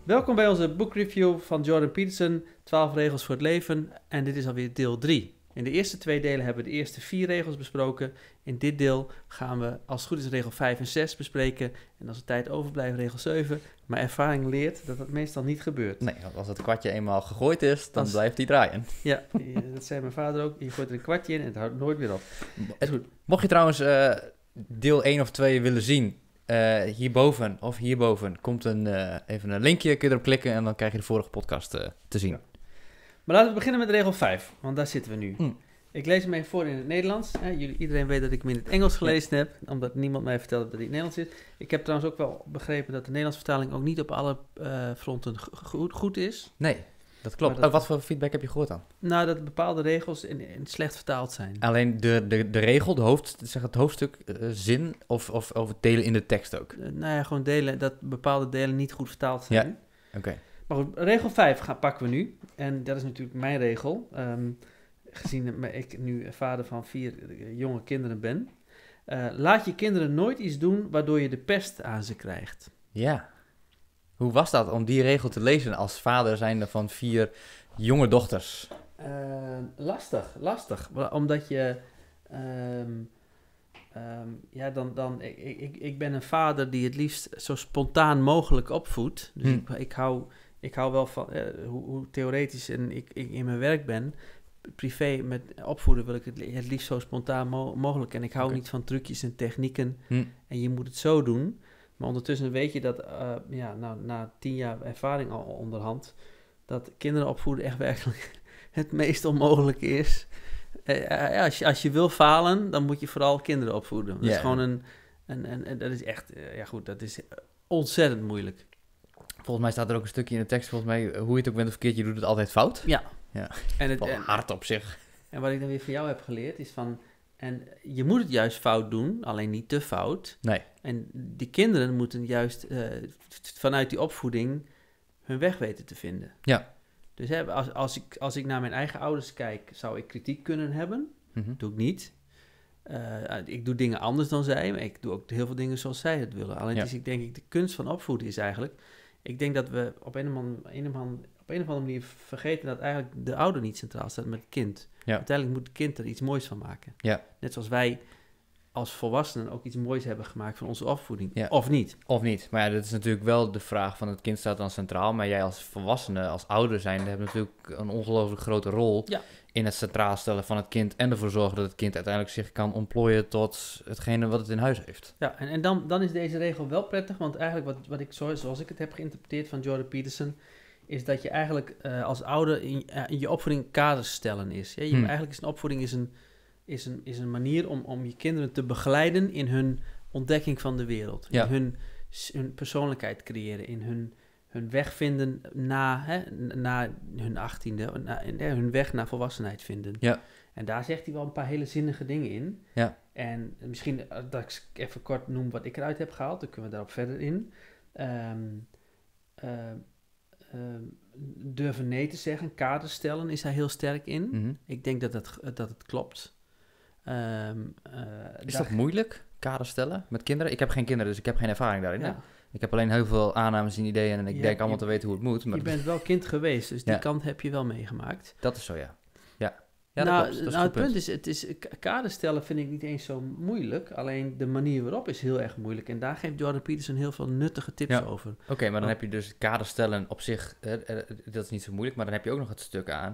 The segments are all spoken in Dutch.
Welkom bij onze boekreview van Jordan Peterson, 12 regels voor het leven. En dit is alweer deel 3. In de eerste 2 delen hebben we de eerste 4 regels besproken. In dit deel gaan we, als het goed is, regel 5 en 6 bespreken. En als er tijd overblijft, regel 7. Maar ervaring leert dat dat meestal niet gebeurt. Nee, want als het kwartje eenmaal gegooid is, dan blijft hij draaien. Ja, dat zei mijn vader ook. Je gooit er een kwartje in en het houdt nooit weer op. Is goed. Mocht je trouwens deel 1 of 2 willen zien, hierboven of hierboven komt even een linkje, kun je erop klikken en dan krijg je de vorige podcast te zien. Ja. Maar laten we beginnen met regel 5, want daar zitten we nu. Ik lees hem even voor in het Nederlands. Iedereen weet dat ik hem in het Engels gelezen heb, omdat niemand mij vertelde dat hij in het Nederlands is. Ik heb trouwens ook wel begrepen dat de Nederlandse vertaling ook niet op alle fronten goed is. Nee, dat klopt. Dat, wat voor feedback heb je gehoord dan? Nou, dat bepaalde regels in slecht vertaald zijn. Alleen de regel, het hoofdstuk, zin of het delen in de tekst ook? Nou ja, gewoon delen, dat bepaalde delen niet goed vertaald zijn. Ja, oké. Maar goed, regel 5 pakken we nu. En dat is natuurlijk mijn regel. Gezien ik nu vader van 4 jonge kinderen ben. Laat je kinderen nooit iets doen waardoor je de pest aan ze krijgt. Ja. Hoe was dat om die regel te lezen als vader zijnde van 4 jonge dochters? Lastig. Omdat je... ik ben een vader die het liefst zo spontaan mogelijk opvoedt. Dus ik hou wel van hoe theoretisch en ik in mijn werk ben. Privé met opvoeden wil ik het liefst zo spontaan mogelijk. En ik hou niet van trucjes en technieken. En je moet het zo doen. Maar ondertussen weet je dat na 10 jaar ervaring al onderhand, dat kinderen opvoeden echt werkelijk het meest onmogelijk is. Als je wil falen, dan moet je vooral kinderen opvoeden. Dat is gewoon dat is echt, dat is ontzettend moeilijk. Volgens mij staat er ook een stukje in de tekst, volgens mij, hoe je het ook bent of verkeerd, je doet het altijd fout. Ja. En het hard op zich. En wat ik dan weer van jou heb geleerd is van, en je moet het juist fout doen, alleen niet te fout. Nee. En die kinderen moeten juist vanuit die opvoeding hun weg weten te vinden. Ja. Dus als ik naar mijn eigen ouders kijk, zou ik kritiek kunnen hebben. Doe ik niet. Ik doe dingen anders dan zij, maar ik doe ook heel veel dingen zoals zij het willen. Alleen is, denk ik, de kunst van opvoeden is eigenlijk, ik denk dat we op een of andere manier vergeten dat eigenlijk de ouder niet centraal staat met het kind. Ja. Uiteindelijk moet het kind er iets moois van maken. Ja. Net zoals wij als volwassenen ook iets moois hebben gemaakt van onze opvoeding. Ja. Of niet. Of niet. Maar ja, dat is natuurlijk wel de vraag van het kind staat dan centraal. Maar jij als volwassene, als ouder zijnde, hebt natuurlijk een ongelooflijk grote rol in het centraal stellen van het kind. En ervoor zorgen dat het kind uiteindelijk zich kan ontplooien tot hetgene wat het in huis heeft. Ja, en dan is deze regel wel prettig. Want eigenlijk wat ik zoals ik het heb geïnterpreteerd van Jordan Peterson, is dat je eigenlijk als ouder in je opvoeding kaders stellen is. Ja, eigenlijk is een opvoeding is een manier om je kinderen te begeleiden in hun ontdekking van de wereld. Ja. In hun persoonlijkheid creëren, in hun weg vinden na hun 18e, hun weg naar volwassenheid vinden. Ja. En daar zegt hij wel een paar hele zinnige dingen in. Ja. En misschien dat ik even kort noem wat ik eruit heb gehaald, dan kunnen we daarop verder in. Durven nee te zeggen, kaders stellen is hij heel sterk in. Ik denk dat het klopt. Is dat moeilijk, kaders stellen met kinderen? Ik heb geen kinderen, dus ik heb geen ervaring daarin. Ja. Ik heb alleen heel veel aannames en ideeën en ik denk allemaal te weten hoe het moet. Maar je bent wel kind geweest, dus die kant heb je wel meegemaakt. Dat is zo, ja. Ja, dat klopt. Het punt is, kaders stellen vind ik niet eens zo moeilijk. Alleen de manier waarop is heel erg moeilijk. En daar geeft Jordan Peterson heel veel nuttige tips over. Oké, maar dan heb je dus kaders stellen op zich, dat is niet zo moeilijk. Maar dan heb je ook nog het stuk aan.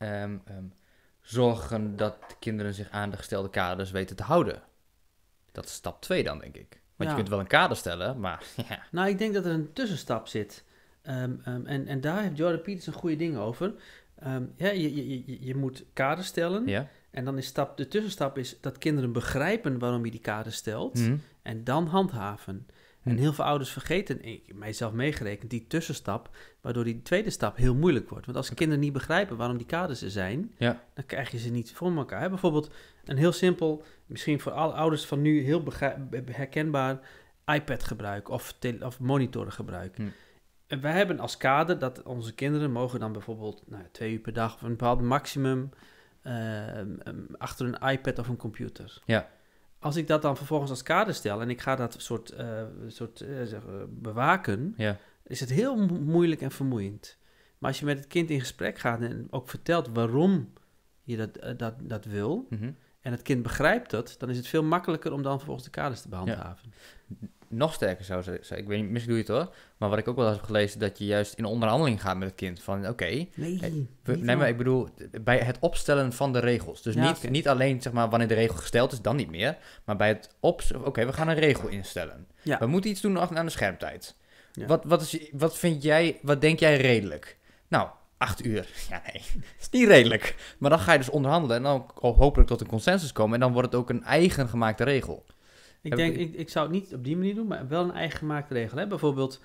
Zorgen dat de kinderen zich aan de gestelde kaders weten te houden. Dat is stap 2 dan, denk ik. Want je kunt wel een kader stellen, maar... Ja. Nou, ik denk dat er een tussenstap zit. En daar heeft Jordan Peterson goede dingen over. Je moet kaders stellen. Ja. En dan is de tussenstap is dat kinderen begrijpen waarom je die kaders stelt. En dan handhaven. En heel veel ouders vergeten, mijzelf meegerekend, die tussenstap, waardoor die tweede stap heel moeilijk wordt. Want als kinderen niet begrijpen waarom die kaders er zijn, dan krijg je ze niet voor elkaar. Bijvoorbeeld een heel simpel, misschien voor alle ouders van nu heel herkenbaar, iPad-gebruik of monitoren gebruik. En wij hebben als kader dat onze kinderen mogen dan bijvoorbeeld 2 uur per dag of een bepaald maximum achter een iPad of een computer. Ja. Als ik dat dan vervolgens als kader stel en ik ga dat soort bewaken, is het heel moeilijk en vermoeiend. Maar als je met het kind in gesprek gaat en ook vertelt waarom je dat wil, en het kind begrijpt dat, dan is het veel makkelijker om dan vervolgens de kaders te behandhaven. Ja. Nog sterker zou ik zeggen, ik weet niet, misschien doe je het hoor, maar wat ik ook wel eens heb gelezen, dat je juist in onderhandeling gaat met het kind. Van oké, maar ik bedoel, bij het opstellen van de regels. Dus niet alleen zeg maar wanneer de regel gesteld is, dan niet meer. Maar bij het oké, we gaan een regel instellen. Ja. We moeten iets doen aan de schermtijd. Ja. Wat denk jij redelijk? Nou, 8 uur. Ja, nee, is niet redelijk. Maar dan ga je dus onderhandelen en dan hopelijk tot een consensus komen. En dan wordt het ook een eigen gemaakte regel. Ik zou het niet op die manier doen, maar wel een eigen gemaakte regel. Hè? Bijvoorbeeld,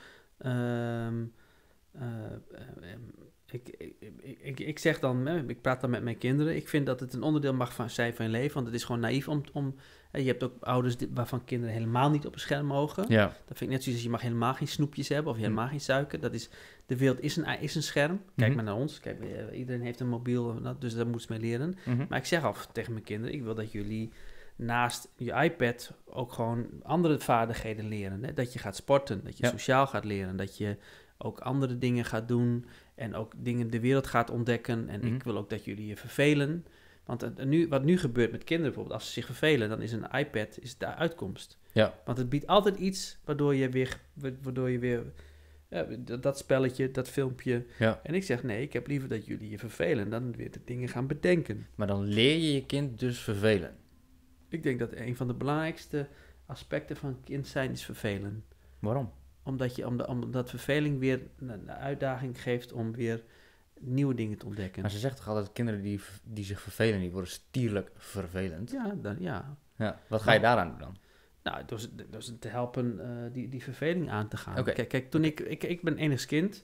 ik zeg dan, ik praat dan met mijn kinderen. Ik vind dat het een onderdeel mag zijn van je leven, want het is gewoon naïef om je hebt ook ouders waarvan kinderen helemaal niet op een scherm mogen. Ja. Dat vind ik net zoiets als je mag helemaal geen snoepjes hebben of helemaal geen suiker. De wereld is een scherm. Kijk maar naar ons. Kijk, iedereen heeft een mobiel, dus daar moeten ze mee leren. Maar ik zeg al tegen mijn kinderen, ik wil dat jullie naast je iPad ook gewoon andere vaardigheden leren. Hè? Dat je gaat sporten, dat je sociaal gaat leren, dat je ook andere dingen gaat doen en ook dingen de wereld gaat ontdekken. En ik wil ook dat jullie je vervelen. Want wat nu gebeurt met kinderen bijvoorbeeld, als ze zich vervelen, dan is een iPad de uitkomst. Ja. Want het biedt altijd iets waardoor je weer dat spelletje, dat filmpje. Ja. En ik zeg nee, ik heb liever dat jullie je vervelen dan weer de dingen gaan bedenken. Maar dan leer je je kind dus vervelen. Ik denk dat een van de belangrijkste aspecten van kind zijn is vervelen. Waarom? Omdat verveling weer een uitdaging geeft om weer nieuwe dingen te ontdekken. Maar ze zegt toch altijd, kinderen die zich vervelen, die worden stierlijk vervelend? Ja. Wat ga je daaraan doen dan? Nou, door ze te helpen die verveling aan te gaan. Okay. Kijk, toen ik ben enigskind.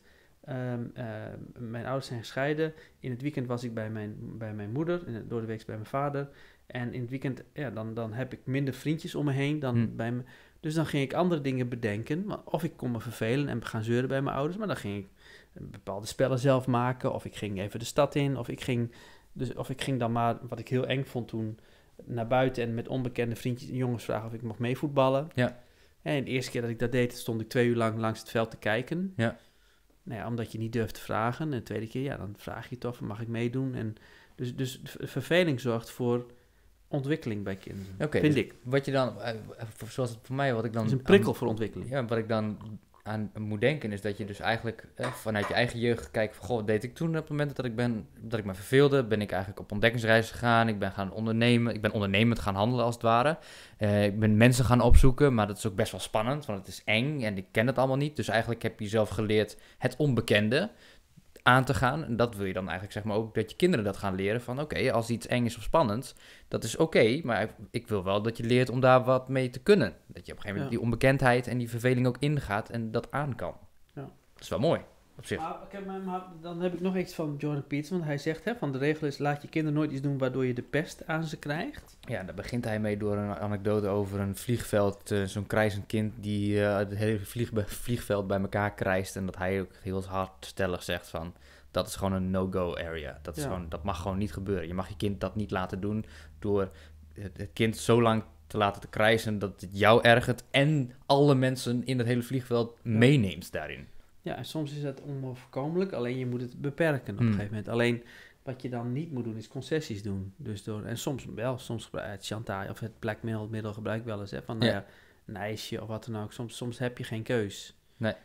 Mijn ouders zijn gescheiden. In het weekend was ik bij mijn moeder, door de week bij mijn vader. En in het weekend, dan heb ik minder vriendjes om me heen dan bij me. Dus dan ging ik andere dingen bedenken. Of ik kon me vervelen en gaan zeuren bij mijn ouders. Maar dan ging ik bepaalde spellen zelf maken. Of ik ging even de stad in. Of ik ging dan maar, wat ik heel eng vond toen, naar buiten en met onbekende vriendjes en jongens vragen of ik mocht meevoetballen. Ja. En de eerste keer dat ik dat deed, stond ik 2 uur lang langs het veld te kijken. Ja. Nou ja, omdat je niet durft te vragen. En de tweede keer, dan vraag je toch, mag ik meedoen? En dus verveling zorgt voor ontwikkeling bij kinderen, vind ik. Wat je dan, zoals het voor mij, wat ik dan... Het is een prikkel voor ontwikkeling. Ja, wat ik dan aan moet denken is dat je dus eigenlijk vanuit je eigen jeugd kijkt van, wat deed ik toen op het moment dat ik me verveelde? Ben ik eigenlijk op ontdekkingsreis gegaan? Ik ben gaan ondernemen. Ik ben ondernemend gaan handelen als het ware. Ik ben mensen gaan opzoeken, maar dat is ook best wel spannend, want het is eng en ik ken het allemaal niet. Dus eigenlijk heb je zelf geleerd het onbekende aan te gaan. En dat wil je dan eigenlijk zeg maar ook dat je kinderen dat gaan leren van oké, als iets eng is of spannend, dat is oké, maar ik wil wel dat je leert om daar wat mee te kunnen. Dat je op een gegeven moment die onbekendheid en die verveling ook ingaat en dat aan kan. Ja. Dat is wel mooi op zich. Maar dan heb ik nog iets van Jordan Peterson. Hij zegt, van de regel is, laat je kinderen nooit iets doen waardoor je de pest aan ze krijgt. Ja, daar begint hij mee door een anekdote over een vliegveld, zo'n krijzend kind die het hele vliegveld bij elkaar krijst en dat hij ook heel hardstellig zegt van, dat is gewoon een no-go area. Dat is gewoon, dat mag gewoon niet gebeuren. Je mag je kind dat niet laten doen door het kind zo lang te laten krijsen dat het jou ergert en alle mensen in het hele vliegveld meeneemt daarin. Ja, en soms is dat onvoorkomelijk, alleen je moet het beperken op een gegeven moment. Alleen wat je dan niet moet doen is concessies doen. Dus en soms het chantage of het blackmail-middel gebruik ik wel eens, van een ijsje of wat dan ook. Soms heb je geen keus. Nee.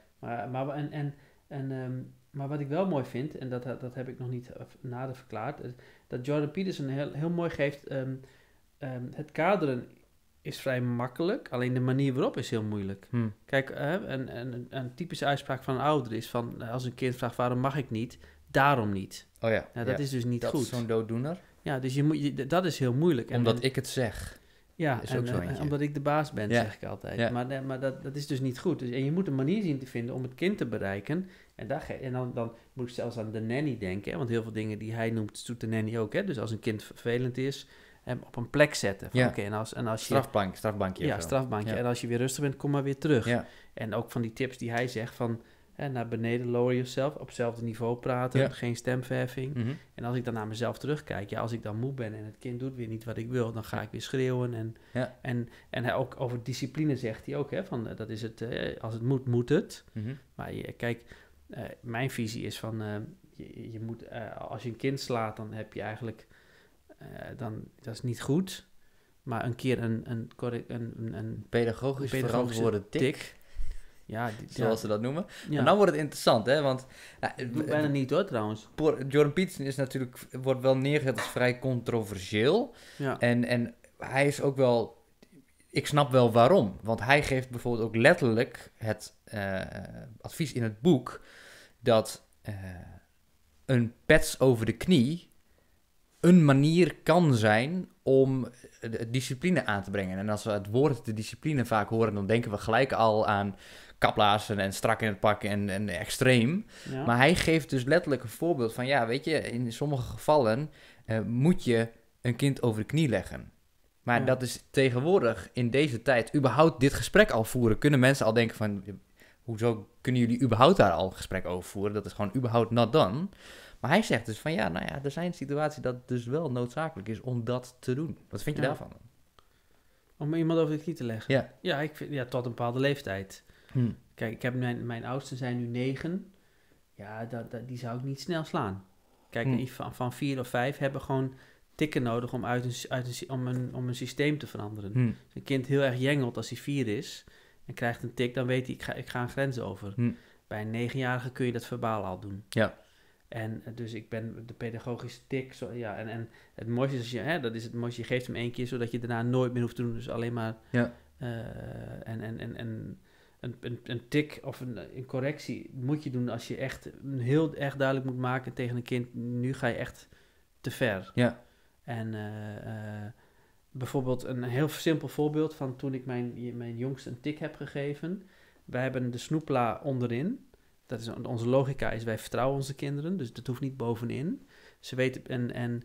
Maar wat ik wel mooi vind, en dat heb ik nog niet nader verklaard, dat Jordan Peterson heel mooi geeft, het kaderen is vrij makkelijk, alleen de manier waarop is heel moeilijk. Kijk, een typische uitspraak van een ouder is van, als een kind vraagt waarom mag ik niet, daarom niet. Oh ja. Nou, dat is dus niet goed. Dat is zo'n dooddoener. Ja, dus dat is heel moeilijk. Omdat ik het zeg. Ja, omdat ik de baas ben, zeg ik altijd. Ja. Maar dat is dus niet goed. En je moet een manier zien te vinden om het kind te bereiken. En dan moet ik zelfs aan de nanny denken. Hè? Want heel veel dingen die hij noemt, doet de nanny ook. Hè? Dus als een kind vervelend is, hem op een plek zetten. Van, en als strafbankje. Ja, strafbankje. Ja. En als je weer rustig bent, kom maar weer terug. Ja. En ook van die tips die hij zegt van, naar beneden, lower yourself, op hetzelfde niveau praten, geen stemverheffing. Mm-hmm. En als ik dan naar mezelf terugkijk, als ik dan moe ben en het kind doet weer niet wat ik wil, dan ga ik weer schreeuwen. En hij ook over discipline zegt hij ook, van dat is het, als het moet, moet het. Mm-hmm. Maar kijk, mijn visie is van, je moet, als je een kind slaat, dan heb je eigenlijk, dat is niet goed. Maar een keer een pedagogisch verantwoorde tik. Ja, zoals ze dat noemen. Ja. En dan wordt het interessant, hè? Want bijna niet hoor, trouwens. Jordan Peterson is natuurlijk, wordt wel neergezet als vrij controversieel. Ja. En hij is ook wel, ik snap wel waarom. Want hij geeft bijvoorbeeld ook letterlijk het advies in het boek dat een pets over de knie een manier kan zijn om discipline aan te brengen. En als we het woord de discipline vaak horen, dan denken we gelijk al aan kaplaarzen en strak in het pak en extreem. Ja. Maar hij geeft dus letterlijk een voorbeeld van, weet je, in sommige gevallen moet je een kind over de knie leggen. Maar dat is tegenwoordig, in deze tijd, überhaupt dit gesprek al voeren. Kunnen mensen al denken van, hoezo kunnen jullie überhaupt daar al een gesprek over voeren? Dat is gewoon überhaupt not done. Maar hij zegt dus van, er zijn situaties dat het dus wel noodzakelijk is om dat te doen. Wat vind je daarvan? Om iemand over de knie te leggen? Ja. Ja, ik vind, tot een bepaalde leeftijd. Kijk, ik heb mijn oudsten zijn nu 9. Ja, die zou ik niet snel slaan. Kijk, van 4 of 5 hebben gewoon tikken nodig om om een systeem te veranderen. Als een kind heel erg jengelt als hij 4 is en krijgt een tik, dan weet hij, ik ga een grens over. Bij een 9-jarige kun je dat verbaal al doen. Ja. En dus ik ben de pedagogische tik. En het mooiste is, dat is het mooiste, je geeft hem 1 keer, zodat je daarna nooit meer hoeft te doen. Dus alleen maar... Ja. Een tik of een correctie moet je doen als je echt heel erg duidelijk moet maken tegen een kind, nu ga je echt te ver. Ja. En bijvoorbeeld een heel simpel voorbeeld van toen ik mijn jongste een tik heb gegeven. Wij hebben de snoepla onderin. Dat is onze logica, is wij vertrouwen onze kinderen, dus dat hoeft niet bovenin. Ze weten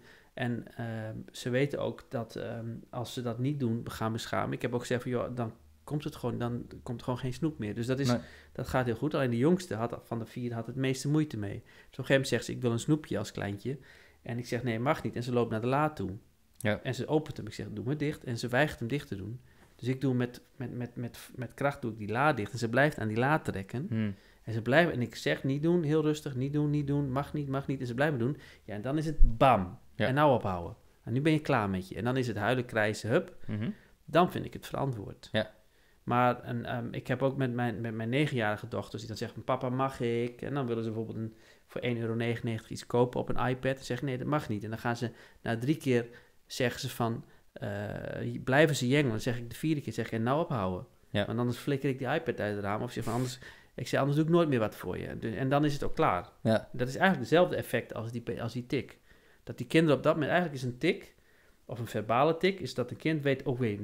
ze weten ook dat als ze dat niet doen, gaan we schamen. Ik heb ook gezegd van, dan komt gewoon geen snoep meer. Dus dat gaat heel goed. Alleen de jongste van de 4 had het meeste moeite mee. Dus op een gegeven moment zegt ze, ik wil een snoepje als kleintje. En ik zeg, nee, mag niet. En ze loopt naar de la toe. Ja. En ze opent hem. Ik zeg, doe maar dicht. En ze weigert hem dicht te doen. Dus ik doe met kracht doe ik die la dicht. En ze blijft aan die la trekken. En ze blijven, en ik zeg, niet doen, heel rustig, niet doen, mag niet. En ze blijven doen. Ja, en dan is het bam. Ja. En nou ophouden. En nu ben je klaar met je. En dan is het huilen, krijsen, hup. Dan vind ik het verantwoord. Ja. Maar ik heb ook met mijn 9-jarige dochters die dan zeggen, papa, mag ik? En dan willen ze bijvoorbeeld voor €1,99 iets kopen op een iPad. En zeggen, nee, dat mag niet. En dan gaan ze na 3 keer, zeggen ze van, blijven ze jengelen. Dan zeg ik de 4e keer, zeg ik, en nou ophouden. Ja. Want anders flikker ik die iPad uit het raam. Of zeg van, anders doe ik nooit meer wat voor je. En dan is het ook klaar. Ja. Dat is eigenlijk hetzelfde effect als die tik. Dat die kinderen op dat moment, eigenlijk is een tik, of een verbale tik, is dat een kind weet,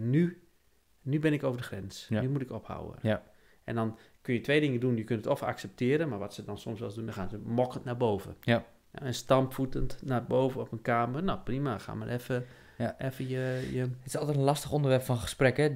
nu ben ik over de grens. Ja. Nu moet ik ophouden. Ja. En dan kun je 2 dingen doen. Je kunt het of accepteren, maar wat ze dan soms wel eens doen, dan gaan ze mokkend naar boven. Ja. En stampvoetend naar boven op een kamer. Nou, prima, ga maar even je... Het is altijd een lastig onderwerp van gesprek, hè?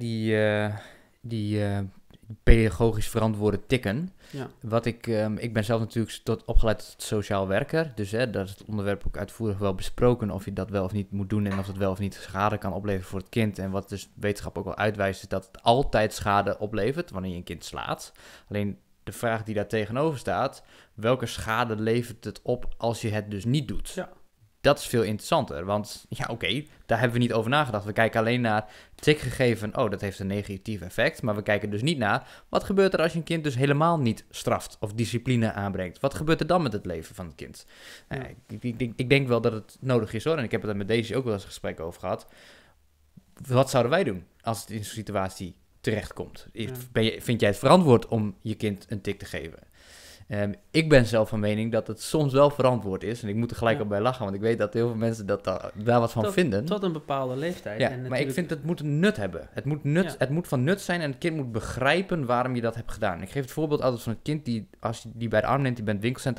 Die pedagogisch verantwoorde tikken. Ja. Ik ben zelf natuurlijk opgeleid tot sociaal werker, dus dat is het onderwerp ook uitvoerig wel besproken, of je dat wel of niet moet doen en of het wel of niet schade kan opleveren voor het kind. En wat dus wetenschap ook wel uitwijst, is dat het altijd schade oplevert wanneer je een kind slaat. Alleen de vraag die daar tegenover staat, welke schade levert het op als je het dus niet doet? Ja. Dat is veel interessanter, want daar hebben we niet over nagedacht. We kijken alleen naar tikgegeven, dat heeft een negatief effect. Maar we kijken dus niet naar, wat gebeurt er als je een kind dus helemaal niet straft of discipline aanbrengt? Wat gebeurt er dan met het leven van het kind? Ja. Ik denk wel dat het nodig is hoor, en ik heb het er met deze ook wel eens een gesprek over gehad. Wat zouden wij doen als het in zo'n situatie terechtkomt? Ja. Vind jij het verantwoord om je kind een tik te geven? Ik ben zelf van mening dat het soms wel verantwoord is. En ik moet er gelijk op bij lachen, want ik weet dat heel veel mensen daar wat van vinden. Tot een bepaalde leeftijd. Ja, en maar ik vind het moet een nut hebben. Het moet van nut zijn en het kind moet begrijpen waarom je dat hebt gedaan. Ik geef het voorbeeld altijd van een kind die, als je die bij de arm neemt, die bij het winkelcentrum op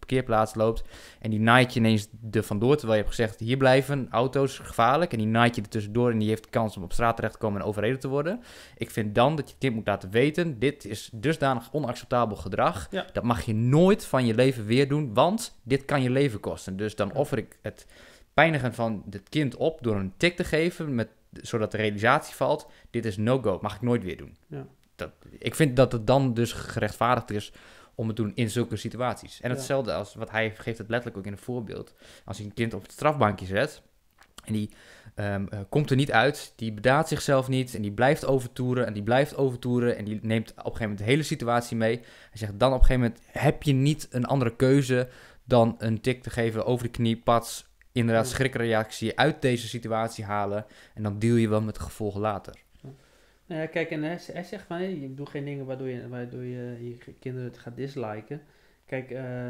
parkeerplaats loopt en die naait je ineens er vandoor, terwijl je hebt gezegd, hier blijven, auto's, gevaarlijk, en die naait je er tussendoor en die heeft de kans om op straat terecht te komen en overreden te worden. Ik vind dan dat je het kind moet laten weten, dit is dusdanig onacceptabel gedrag, dat mag je nooit van je leven weer doen, want dit kan je leven kosten. Dus dan offer ik het pijnigen van het kind op door een tik te geven, zodat de realisatie valt, dit is no-go, mag ik nooit weer doen. Ja. Ik vind dat het dan dus gerechtvaardigd is om het te doen in zulke situaties. En hetzelfde als wat hij geeft het letterlijk ook in een voorbeeld. Als je een kind op het strafbankje zet en die komt er niet uit, die bedaart zichzelf niet en die blijft overtoeren en die neemt op een gegeven moment de hele situatie mee. Hij zegt dan op een gegeven moment heb je niet een andere keuze dan een tik te geven over de knie, pats, inderdaad schrikreactie uit deze situatie halen en dan deal je wel met de gevolgen later. Nou ja, kijk, en hij zegt van, je doet geen dingen waardoor je kinderen het gaat disliken. Kijk,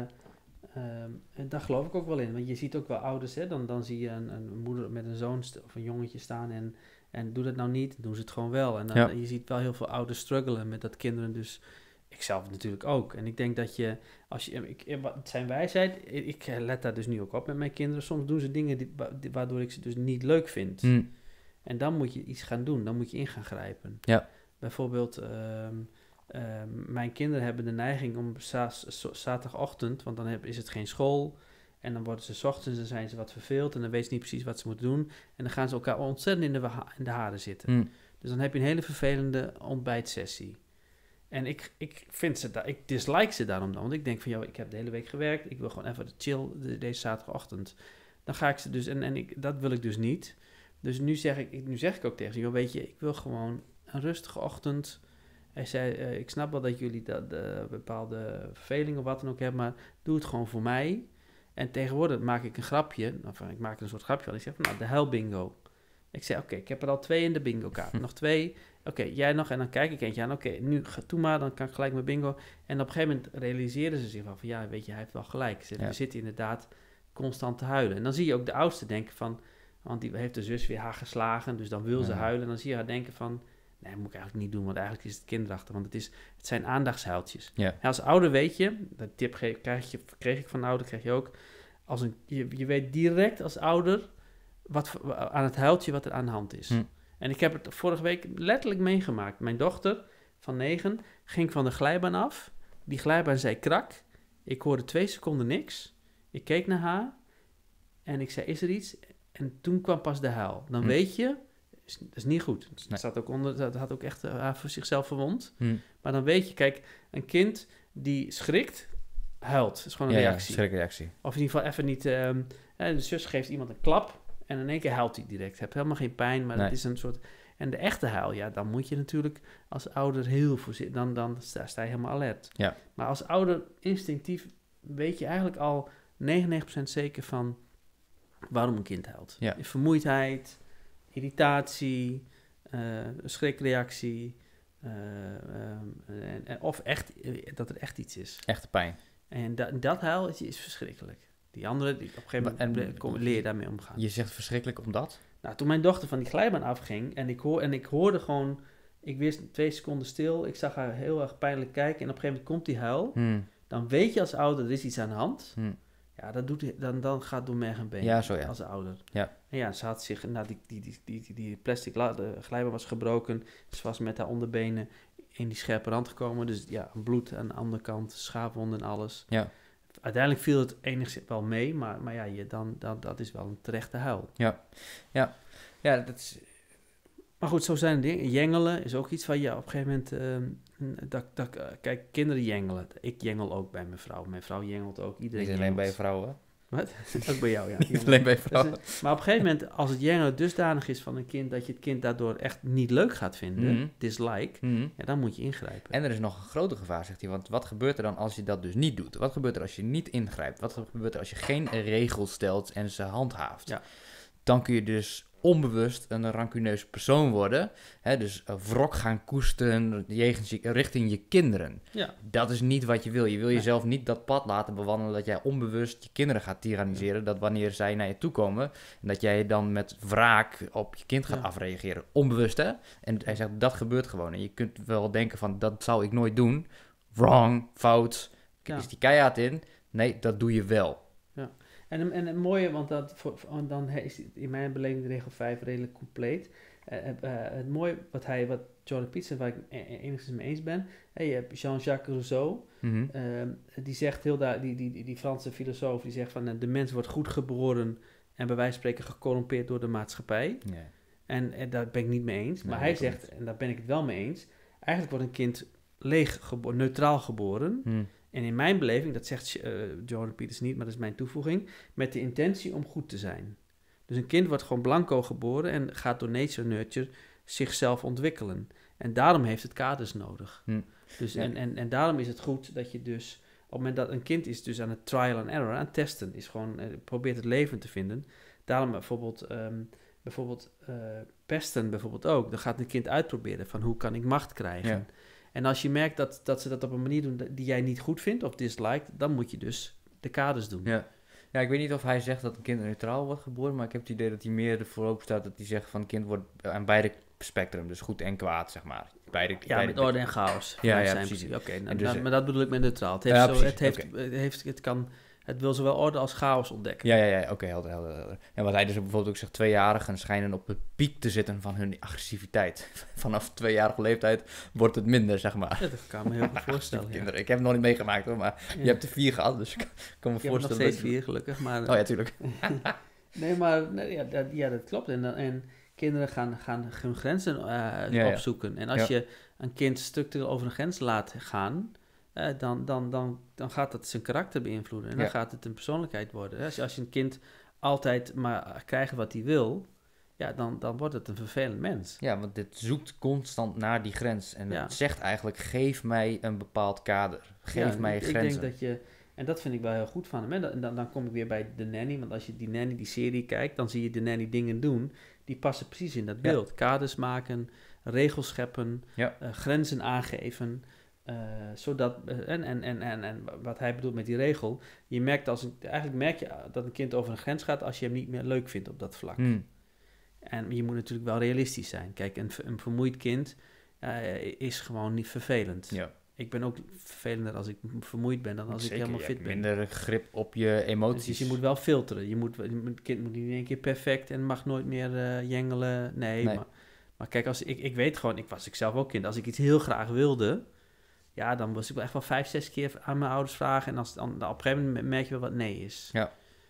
en daar geloof ik ook wel in. Want je ziet ook wel ouders, hè, dan zie je een moeder met een zoon of een jongetje staan en doe dat nou niet, doen ze het gewoon wel. En dan, je ziet wel heel veel ouders struggelen met dat kinderen dus, ik zelf natuurlijk ook. En ik denk dat je, het zijn wijsheid, ik let daar dus nu ook op met mijn kinderen. Soms doen ze dingen waardoor ik ze dus niet leuk vind. En dan moet je iets gaan doen, dan moet je in gaan grijpen. Ja. Bijvoorbeeld, mijn kinderen hebben de neiging om zaterdagochtend, want dan is het geen school, en dan worden ze 's ochtends, dan zijn ze wat verveeld, en dan weten ze niet precies wat ze moeten doen, en dan gaan ze elkaar ontzettend in de haren zitten. Dus dan heb je een hele vervelende ontbijtsessie. En ik dislike ze daarom dan, want ik denk van, joh, ik heb de hele week gewerkt, ik wil gewoon even chill deze zaterdagochtend. Dan ga ik ze dus, dat wil ik dus niet. Dus nu zeg ik ook tegen ze, joh, weet je, ik wil gewoon een rustige ochtend. Hij zei, ik snap wel dat jullie bepaalde vervelingen of wat dan ook hebben, maar doe het gewoon voor mij. En tegenwoordig maak ik een grapje, ik maak een soort grapje van, ik zeg van, nou, de huilbingo. Ik zei, oké, ik heb er al 2 in de bingo kaart, nog 2. Oké, jij nog, en dan kijk ik eentje aan, oké, nu doe maar, dan kan ik gelijk mijn bingo. En op een gegeven moment realiseerden ze zich van, ja, weet je, hij heeft wel gelijk. We zitten inderdaad constant te huilen. En dan zie je ook de oudste denken van, want die heeft de zus weer haar geslagen, dus dan wil ze huilen. En dan zie je haar denken van, nee, dat moet ik eigenlijk niet doen, want eigenlijk is het kinderachtig. Want het zijn aandachtshuiltjes. Ja. En als ouder weet je, dat tip kreeg ik van ouder, krijg je ook. Je weet direct als ouder aan het huiltje wat er aan de hand is. En ik heb het vorige week letterlijk meegemaakt. Mijn dochter van 9 ging van de glijbaan af. Die glijbaan zei krak. Ik hoorde 2 seconden niks. Ik keek naar haar en ik zei, is er iets? En toen kwam pas de huil. Dan weet je, dat is niet goed. Het staat ook onder, dat had ook echt voor zichzelf verwond. Maar dan weet je, kijk, een kind die schrikt, huilt. Dat is gewoon een reactie. Schrikreactie. Of in ieder geval even niet, de zus geeft iemand een klap en in één keer huilt hij direct. Je hebt helemaal geen pijn, maar het is een soort. En de echte huil, ja, dan moet je natuurlijk als ouder heel voorzichtig, dan sta je helemaal alert. Ja. Maar als ouder instinctief weet je eigenlijk al 99% zeker van waarom een kind huilt. Ja. Vermoeidheid, irritatie, schrikreactie, of echt dat er echt iets is. Echte pijn. En dat huil is verschrikkelijk. Die andere, op een gegeven moment leer je daarmee omgaan. Je zegt verschrikkelijk omdat? Nou, toen mijn dochter van die glijbaan afging en ik hoorde gewoon, ik wist 2 seconden stil, ik zag haar heel erg pijnlijk kijken en op een gegeven moment komt die huil. Dan weet je als ouder, er is iets aan de hand. Ja, dan gaat het door merg en been als ouder. Ja. En ja, ze had zich, die plastic glijbaan was gebroken. Ze was met haar onderbenen in die scherpe rand gekomen. Dus ja, bloed aan de andere kant, schaafwonden en alles. Ja. Uiteindelijk viel het enigszins wel mee, maar ja, dat is wel een terechte huil. Ja, dat is. Maar goed, zo zijn de dingen. Jengelen is ook iets waar je op een gegeven moment. Kijk, kinderen jengelen. Ik jengel ook bij mijn vrouw. Mijn vrouw jengelt ook. Iedereen niet alleen bij vrouwen. Wat? Ook bij jou, ja. Niet alleen bij vrouwen. Maar op een gegeven moment, als het jengelen dusdanig is van een kind, dat je het kind daardoor echt niet leuk gaat vinden, dislike, ja, dan moet je ingrijpen. En er is nog een groter gevaar, zegt hij. Want wat gebeurt er dan als je dat dus niet doet? Wat gebeurt er als je niet ingrijpt? Wat gebeurt er als je geen regels stelt en ze handhaaft? Ja. Dan kun je dus onbewust een rancuneus persoon worden. Hè? Dus wrok gaan koesteren richting je kinderen. Ja. Dat is niet wat je wil. Je wil jezelf niet dat pad laten bewandelen dat jij onbewust je kinderen gaat tyranniseren. Ja. Dat wanneer zij naar je toe komen, dat jij dan met wraak op je kind gaat afreageren. Onbewust, hè? En hij zegt, dat gebeurt gewoon. En je kunt wel denken van, dat zou ik nooit doen. Wrong, fout. Is die keihard in. Nee, dat doe je wel. Ja. En het mooie, want dan is in mijn beleving de regel 5 redelijk compleet. Het mooie wat Jordan Peterson, waar ik enigszins mee eens ben. Je hebt Jean-Jacques Rousseau. Die zegt die Franse filosoof, die zegt van de mens wordt goed geboren en bij wijze van spreken gecorrumpeerd door de maatschappij. Nee. En daar ben ik niet mee eens. Maar hij zegt, en daar ben ik het wel mee eens, eigenlijk wordt een kind neutraal geboren. En in mijn beleving, dat zegt Jordan Peterson niet, maar dat is mijn toevoeging, met de intentie om goed te zijn. Dus een kind wordt gewoon blanco geboren en gaat door nature nurture zichzelf ontwikkelen. En daarom heeft het kaders nodig. Dus ja. En daarom is het goed dat je dus, op het moment dat een kind is dus aan het trial and error, aan het testen, is gewoon, probeert het leven te vinden. Daarom bijvoorbeeld pesten bijvoorbeeld ook. Dan gaat een kind uitproberen van hoe kan ik macht krijgen. Ja. En als je merkt dat ze dat op een manier doen die jij niet goed vindt of disliked, dan moet je dus de kaders doen. Ja. Ja, ik weet niet of hij zegt dat een kind neutraal wordt geboren, maar ik heb het idee dat hij meer ervoor open staat dat hij zegt van een kind wordt aan beide spectrum, dus goed en kwaad, zeg maar. Beide met orde en chaos. Ja, precies. Oké, maar dat bedoel ik met neutraal. Het wil zowel orde als chaos ontdekken. Ja, oké, helder. En wat hij dus bijvoorbeeld ook zegt, 2-jarigen schijnen op het piek te zitten van hun agressiviteit. Vanaf 2-jarige leeftijd wordt het minder, zeg maar. Ja, dat kan me heel goed voorstellen. Kinderen. Ik heb het nog niet meegemaakt hoor, maar je hebt er 4 gehad, dus ik kan me voorstellen. Ik heb nog steeds 4 gelukkig, maar... Oh ja, tuurlijk. Nee, maar dat klopt. En kinderen gaan hun grenzen opzoeken. En als je een kind structureel over een grens laat gaan, dan gaat dat zijn karakter beïnvloeden. En dan gaat het een persoonlijkheid worden. Als je een kind altijd maar krijgt wat hij wil, dan wordt het een vervelend mens. Ja, want dit zoekt constant naar die grens. En het zegt eigenlijk, geef mij een bepaald kader. Geef mij grenzen. Ik denk dat je... En dat vind ik wel heel goed van hem. En dan kom ik weer bij de nanny. Want als je die serie kijkt, dan zie je de nanny dingen doen die passen precies in dat beeld. Ja. Kaders maken, regels scheppen, grenzen aangeven. Zodat, en wat hij bedoelt met die regel, eigenlijk merk je dat een kind over een grens gaat als je hem niet meer leuk vindt op dat vlak. En je moet natuurlijk wel realistisch zijn. Kijk, een vermoeid kind is gewoon niet vervelend. Ja. Ik ben ook vervelender als ik vermoeid ben dan als ik helemaal fit ben. Minder grip op je emoties. Dus je moet wel filteren. Het kind moet niet in één keer perfect en mag nooit meer jengelen. Nee. Maar kijk, ik weet gewoon, ik zelf ook kind. Als ik iets heel graag wilde, dan was ik wel echt wel 5-6 keer aan mijn ouders vragen. En dan op een gegeven moment merk je wel wat nee is. Ja.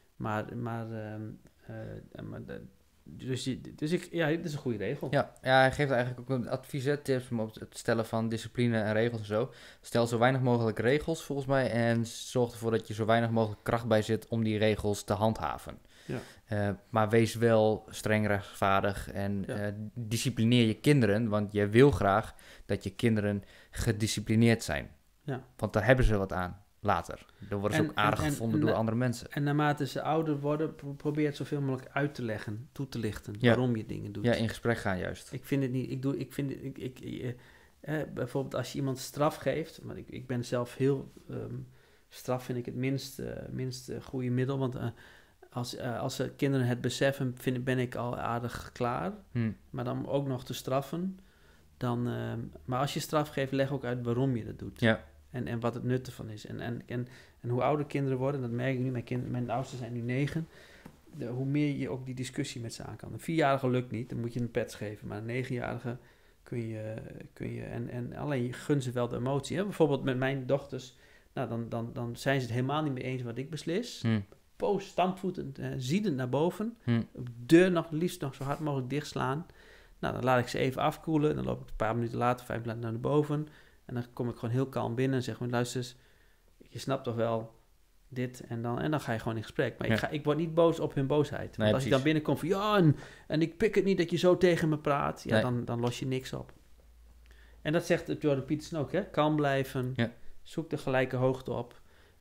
Dus dit is een goede regel. Ja, hij geeft eigenlijk ook een advies, tips op het stellen van discipline en regels en zo. Stel zo weinig mogelijk regels volgens mij en zorg ervoor dat je zo weinig mogelijk kracht bij zit om die regels te handhaven. Ja. Maar wees wel streng rechtvaardig en disciplineer je kinderen, want je wil graag dat je kinderen gedisciplineerd zijn. Ja. Want daar hebben ze wat aan. Later. Dan worden ze ook aardig gevonden door andere mensen. En naarmate ze ouder worden, probeer het zoveel mogelijk uit te leggen, toe te lichten, waarom je dingen doet. Ja, in gesprek gaan juist. Ik vind het niet, bijvoorbeeld als je iemand straf geeft, maar ik ben zelf heel, straf vind ik het minst goede middel, want als kinderen het beseffen, ben ik al aardig klaar. Maar dan ook nog te straffen, maar als je straf geeft, leg ook uit waarom je dat doet. Ja. En wat het nut ervan is. En hoe ouder kinderen worden, dat merk ik nu, mijn oudsten zijn nu 9, hoe meer je ook die discussie met ze aan kan. Een 4-jarige lukt niet, dan moet je een pets geven. Maar een 9-jarige kun je en alleen je gun ze wel de emotie. Hè? Bijvoorbeeld met mijn dochters, dan zijn ze het helemaal niet mee eens wat ik beslis. Poos, stampvoetend, ziedend naar boven. De deur liefst nog zo hard mogelijk dichtslaan. Dan laat ik ze even afkoelen. Dan loop ik een paar minuten later, 5 minuten naar boven. En dan kom ik gewoon heel kalm binnen en zeg me, luister eens, je snapt toch wel dit? En dan ga je gewoon in gesprek. Maar ik word niet boos op hun boosheid. Want als ik dan binnenkom van, en ik pik het niet dat je zo tegen me praat, dan los je niks op. En dat zegt Jordan Peterson ook, hè? Kalm blijven, zoek de gelijke hoogte op.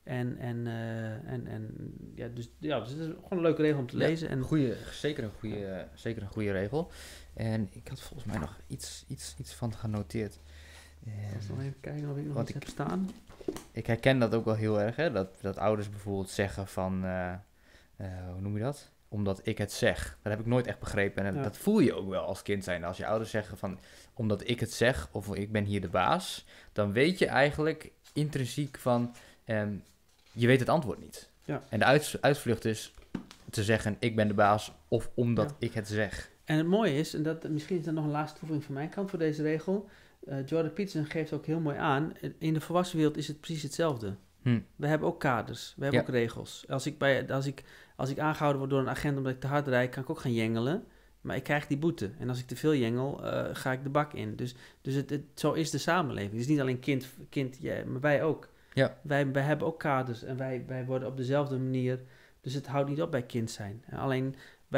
Dus het is gewoon een leuke regel om te lezen. En zeker een goede regel. En ik had volgens mij nog iets van genoteerd. Eens nog even kijken of ik nog iets heb staan. Ik herken dat ook wel heel erg, hè? Dat ouders bijvoorbeeld zeggen van, hoe noem je dat? Omdat ik het zeg. Dat heb ik nooit echt begrepen. En dat voel je ook wel als kind zijn. Als je ouders zeggen van, omdat ik het zeg, of ik ben hier de baas, dan weet je eigenlijk intrinsiek van, je weet het antwoord niet. Ja. En de uitvlucht is te zeggen, ik ben de baas, of omdat ik het zeg. En het mooie is, en dat misschien is er nog een laatste toevoeging van mijn kant voor deze regel. Jordan Peterson geeft ook heel mooi aan, in de volwassen wereld is het precies hetzelfde. We hebben ook kaders, we hebben ook regels. Als ik aangehouden word door een agent omdat ik te hard rijd, kan ik ook gaan jengelen. Maar ik krijg die boete. En als ik te veel jengel, ga ik de bak in. Dus zo is de samenleving. Het is niet alleen kind maar wij ook. Ja. Wij hebben ook kaders en wij worden op dezelfde manier. Dus het houdt niet op bij kind zijn. Alleen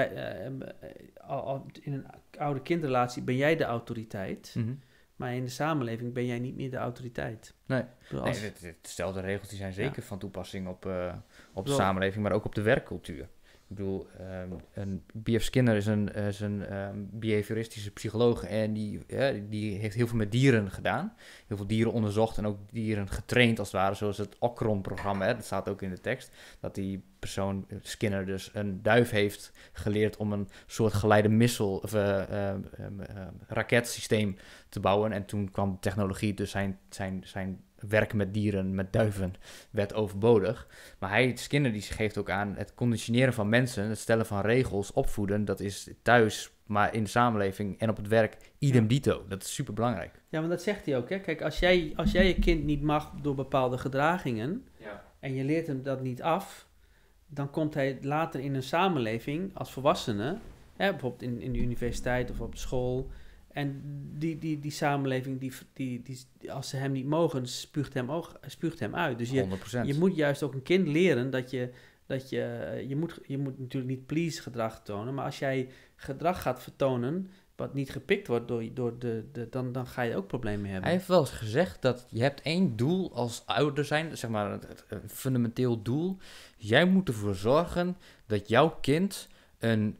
in een oude kindrelatie ben jij de autoriteit. Mm-hmm. Maar in de samenleving ben jij niet meer de autoriteit. Nee, dezelfde regels die zijn zeker van toepassing op de samenleving, maar ook op de werkcultuur. Ik bedoel, B.F. Skinner is een behavioristische psycholoog en die heeft heel veel met dieren gedaan. Heel veel dieren onderzocht en ook dieren getraind als het ware, zoals het Ocron-programma. Dat staat ook in de tekst, dat die persoon, Skinner, dus een duif heeft geleerd om een soort geleide missile of raketsysteem te bouwen. En toen kwam technologie, dus zijn werken met dieren, met duiven, werd overbodig. Maar Skinner die geeft ook aan, het conditioneren van mensen, het stellen van regels, opvoeden, dat is thuis, maar in de samenleving en op het werk, idem dito. Dat is super belangrijk. Ja, maar dat zegt hij ook. Hè? Kijk, als jij je kind niet mag door bepaalde gedragingen, en je leert hem dat niet af, dan komt hij later in een samenleving als volwassene, bijvoorbeeld in de universiteit of op de school. En die samenleving, die, als ze hem niet mogen, spuugt hem uit. Dus je moet juist ook een kind leren dat je moet natuurlijk niet please gedrag tonen. Maar als jij gedrag gaat vertonen wat niet gepikt wordt dan ga je ook problemen hebben. Hij heeft wel eens gezegd dat je hebt één doel als ouder zijn, zeg maar een fundamenteel doel. Jij moet ervoor zorgen dat jouw kind een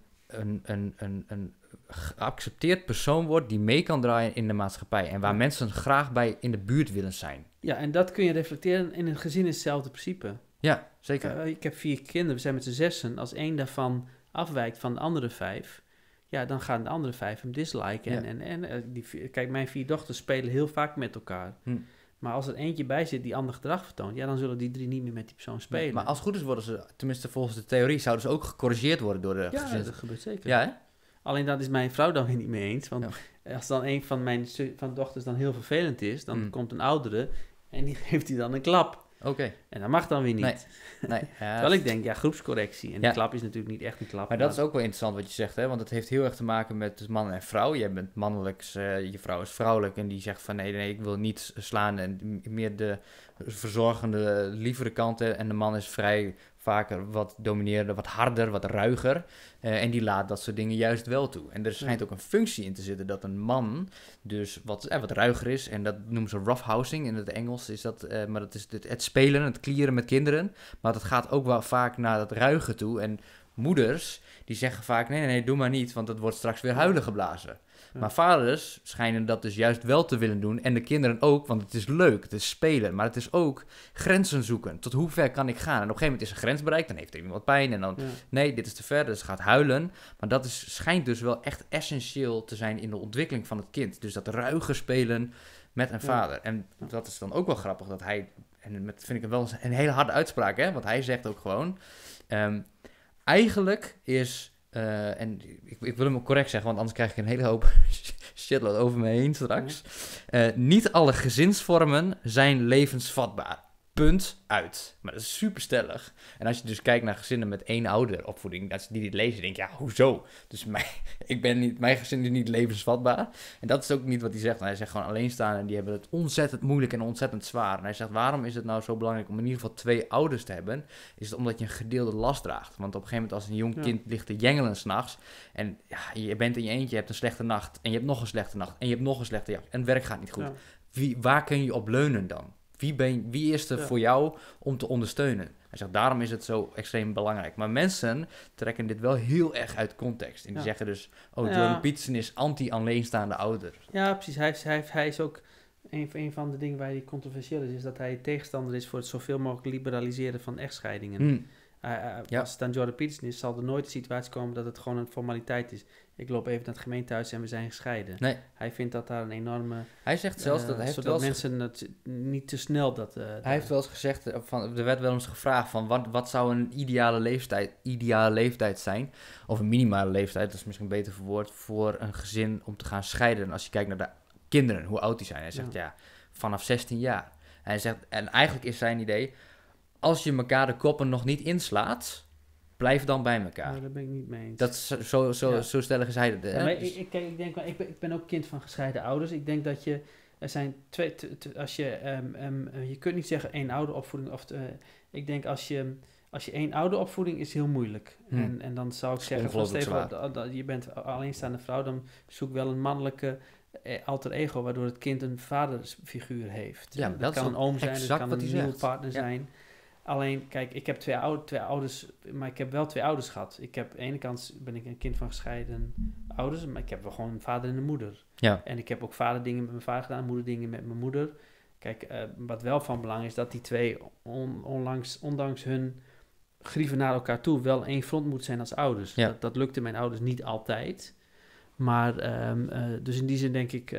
geaccepteerd persoon wordt die mee kan draaien in de maatschappij en waar mensen graag bij in de buurt willen zijn. Ja, en dat kun je reflecteren in een gezin is hetzelfde principe. Ja, zeker. Ik heb 4 kinderen, we zijn met z'n 6. Als één daarvan afwijkt van de andere 5, ja, dan gaan de andere 5 hem disliken. Ja. Kijk, mijn 4 dochters spelen heel vaak met elkaar. Maar als er eentje bij zit die ander gedrag vertoont, ja, dan zullen die 3 niet meer met die persoon spelen. Maar als het goed is worden ze, tenminste volgens de theorie, zouden ze ook gecorrigeerd worden door de gezin. Ja, dat gebeurt zeker. Ja, hè? Alleen dat is mijn vrouw dan weer niet mee eens. Want als dan een van mijn dochters dan heel vervelend is, dan komt een oudere en die geeft hij dan een klap. Oké. En dat mag dan weer niet. Nee. Terwijl ik denk, groepscorrectie. En die klap is natuurlijk niet echt een klap. Maar dat is ook wel interessant wat je zegt, hè? Want het heeft heel erg te maken met man en vrouw. Jij bent mannelijk, je vrouw is vrouwelijk. En die zegt van nee, ik wil niet slaan. En meer de verzorgende, lievere kanten. En de man is vrij vaker wat dominerender, wat harder, wat ruiger. En die laat dat soort dingen juist wel toe. En er schijnt ook een functie in te zitten dat een man dus wat ruiger is. En dat noemen ze roughhousing. In het Engels is dat, maar dat is het spelen, het klieren met kinderen. Maar dat gaat ook wel vaak naar dat ruigen toe. En moeders, die zeggen vaak, nee, doe maar niet, want het wordt straks weer huilen geblazen. Ja. Maar vaders schijnen dat dus juist wel te willen doen. En de kinderen ook, want het is leuk, het is spelen. Maar het is ook grenzen zoeken. Tot hoe ver kan ik gaan? En op een gegeven moment is een grens bereikt, dan heeft er iemand wat pijn. En dan, nee, dit is te ver, dus het gaat huilen. Maar dat schijnt dus wel echt essentieel te zijn in de ontwikkeling van het kind. Dus dat ruige spelen met een vader. En dat is dan ook wel grappig dat hij, en dat vind ik wel een hele harde uitspraak, hè? Want hij zegt ook gewoon, eigenlijk is... en ik wil hem ook correct zeggen, want anders krijg ik een hele hoop shitload over me heen straks. Niet alle gezinsvormen zijn levensvatbaar. Punt uit. Maar dat is super stellig. En als je dus kijkt naar gezinnen met 1 ouderopvoeding, als die dit lezen, denk je, ja, hoezo? Dus mijn gezin is niet levensvatbaar. En dat is ook niet wat hij zegt. Hij zegt gewoon alleenstaanden en die hebben het ontzettend moeilijk en ontzettend zwaar. En hij zegt, waarom is het nou zo belangrijk om in ieder geval 2 ouders te hebben? Is het omdat je een gedeelde last draagt. Want op een gegeven moment als een jong kind ligt te jengelen 's nachts en je bent in je eentje, je hebt een slechte nacht en je hebt nog een slechte nacht en je hebt nog een slechte nacht en het werk gaat niet goed. Ja. Waar kun je op leunen dan? Wie is er voor jou om te ondersteunen? Hij zegt, daarom is het zo extreem belangrijk. Maar mensen trekken dit wel heel erg uit context. En die zeggen dus, Jordan Peterson is anti-alleenstaande ouder. Ja, precies. Hij is ook, een van de dingen waar hij controversieel is dat hij tegenstander is voor het zoveel mogelijk liberaliseren van echtscheidingen. Als het aan Jordan Peterson is, zal er nooit de situatie komen dat het gewoon een formaliteit is. Ik loop even naar het gemeentehuis en we zijn gescheiden. Nee. Hij vindt dat daar een enorme... Hij zegt zelfs dat... zodat mensen het niet te snel dat... hij heeft wel eens gezegd, er werd wel eens gevraagd van wat zou een ideale leeftijd zijn? Of een minimale leeftijd, dat is misschien beter verwoord, voor een gezin om te gaan scheiden. En als je kijkt naar de kinderen, hoe oud die zijn. Hij zegt vanaf 16 jaar. En hij zegt, en eigenlijk is zijn idee, als je elkaar de koppen nog niet inslaat... Blijf dan bij elkaar. Nou, daar ben ik niet mee eens. Dat is zo stellig is hij. Maar ik ben ook kind van gescheiden ouders. Ik denk dat je... Er zijn twee... Als je... je kunt niet zeggen één ouderopvoeding. Ik denk als je één ouderopvoeding is heel moeilijk. En dan zou ik zeggen... je bent alleenstaande vrouw. Dan zoek wel een mannelijke alter ego. Waardoor het kind een vadersfiguur heeft. Ja, dat kan een oom zijn. Dat kan een nieuwe partner zijn. Alleen, kijk, ik heb twee ouders, maar ik heb wel 2 ouders gehad. Ik heb, aan de ene kant ben ik een kind van gescheiden ouders, maar ik heb wel gewoon een vader en een moeder. Ja. En ik heb ook vaderdingen met mijn vader gedaan, moederdingen met mijn moeder. Kijk, wat wel van belang is, dat die 2 ondanks hun grieven naar elkaar toe wel één front moet zijn als ouders. Ja. Dat lukte mijn ouders niet altijd. Maar, dus in die zin denk ik...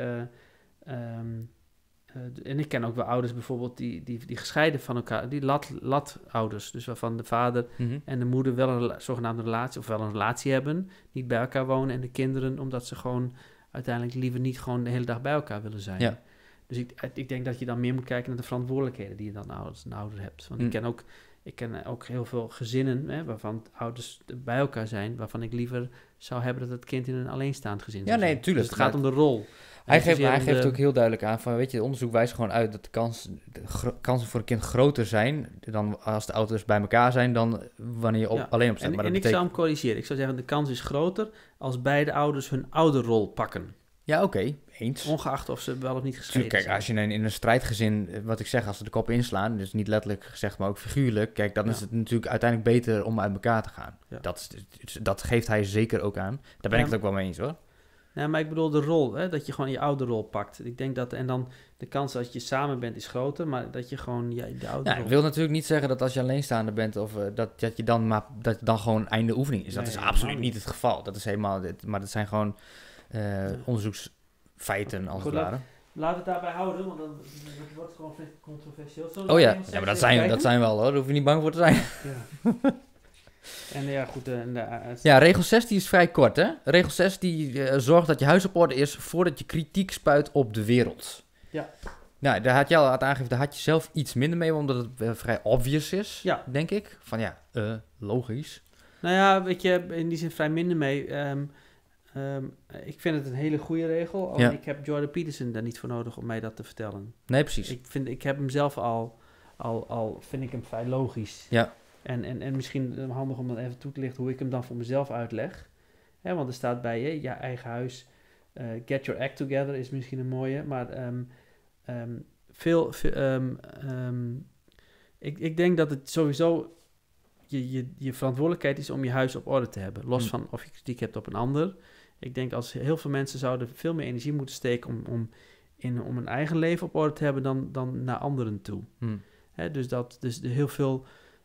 en ik ken ook wel ouders bijvoorbeeld die gescheiden van elkaar, die lat-ouders, dus waarvan de vader en de moeder wel een zogenaamde relatie, of wel een relatie hebben, niet bij elkaar wonen en de kinderen, omdat ze gewoon uiteindelijk liever niet gewoon de hele dag bij elkaar willen zijn. Ja. Dus ik denk dat je dan meer moet kijken naar de verantwoordelijkheden die je dan als een ouder hebt. Want ik ken ook heel veel gezinnen, waarvan ouders bij elkaar zijn, waarvan ik liever zou hebben dat het kind in een alleenstaand gezin is. Ja, nee, tuurlijk. Dus het gaat om de rol. Hij geeft ook heel duidelijk aan van, weet je, het onderzoek wijst gewoon uit dat de kansen voor een kind groter zijn dan als de ouders bij elkaar zijn dan wanneer je alleen op staat. En ik zou hem corrigeren. Ik zou zeggen, de kans is groter als beide ouders hun ouderrol pakken. Ja, oké, eens. Ongeacht of ze wel of niet gescheiden zijn. Kijk, als je in een strijdgezin, wat ik zeg, als ze de kop inslaan, dus niet letterlijk gezegd, maar ook figuurlijk, kijk, dan is het natuurlijk uiteindelijk beter om uit elkaar te gaan. Ja. Dat geeft hij zeker ook aan. Daar ben ik het ook wel mee eens, hoor. Nee, maar ik bedoel de rol, dat je gewoon je ouderrol pakt. Ik denk dat, en dan de kans dat je samen bent is groter, maar dat je gewoon de ouderrol... Ik wil natuurlijk niet zeggen dat als je alleenstaande bent, of dat dan gewoon einde oefening is. Dat is absoluut niet het geval. Dat is helemaal, maar dat zijn gewoon onderzoeksfeiten als het ware. Laten we het daarbij houden, want dan wordt het gewoon controversieel. Maar dat zijn we al, hoor. Daar hoef je niet bang voor te zijn. Ja. En ja, goed. Regel 6 die is vrij kort, hè? Regel 6 die zorgt dat je huis op orde is voordat je kritiek spuit op de wereld. Ja. Nou, daar had je al aangegeven, daar had je zelf iets minder mee, omdat het vrij obvious is, denk ik. Van logisch. Nou ja, weet je, in die zin vrij minder mee. Ik vind het een hele goede regel. Alleen ik heb Jordan Peterson daar niet voor nodig om mij dat te vertellen. Nee, precies. Ik heb hem zelf al vind ik hem vrij logisch. Ja. En misschien handig om dan even toe te lichten hoe ik hem dan voor mezelf uitleg. Want er staat bij je eigen huis, get your act together is misschien een mooie, maar ik denk dat het sowieso je verantwoordelijkheid is om je huis op orde te hebben, los van of je kritiek hebt op een ander. Ik denk als heel veel mensen zouden veel meer energie moeten steken om een eigen leven op orde te hebben dan naar anderen toe. Dus heel veel...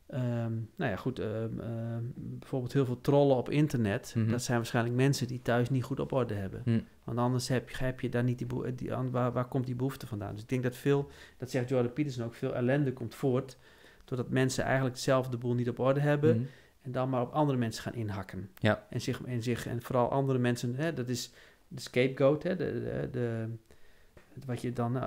bijvoorbeeld heel veel trollen op internet. Dat zijn waarschijnlijk mensen die thuis niet goed op orde hebben. Want anders heb je daar niet waar komt die behoefte vandaan? Dus ik denk dat zegt Jordan Peterson ook, veel ellende komt voort doordat mensen eigenlijk zelf de boel niet op orde hebben en dan maar op andere mensen gaan inhakken. Ja. En vooral andere mensen, dat is de scapegoat, wat je dan...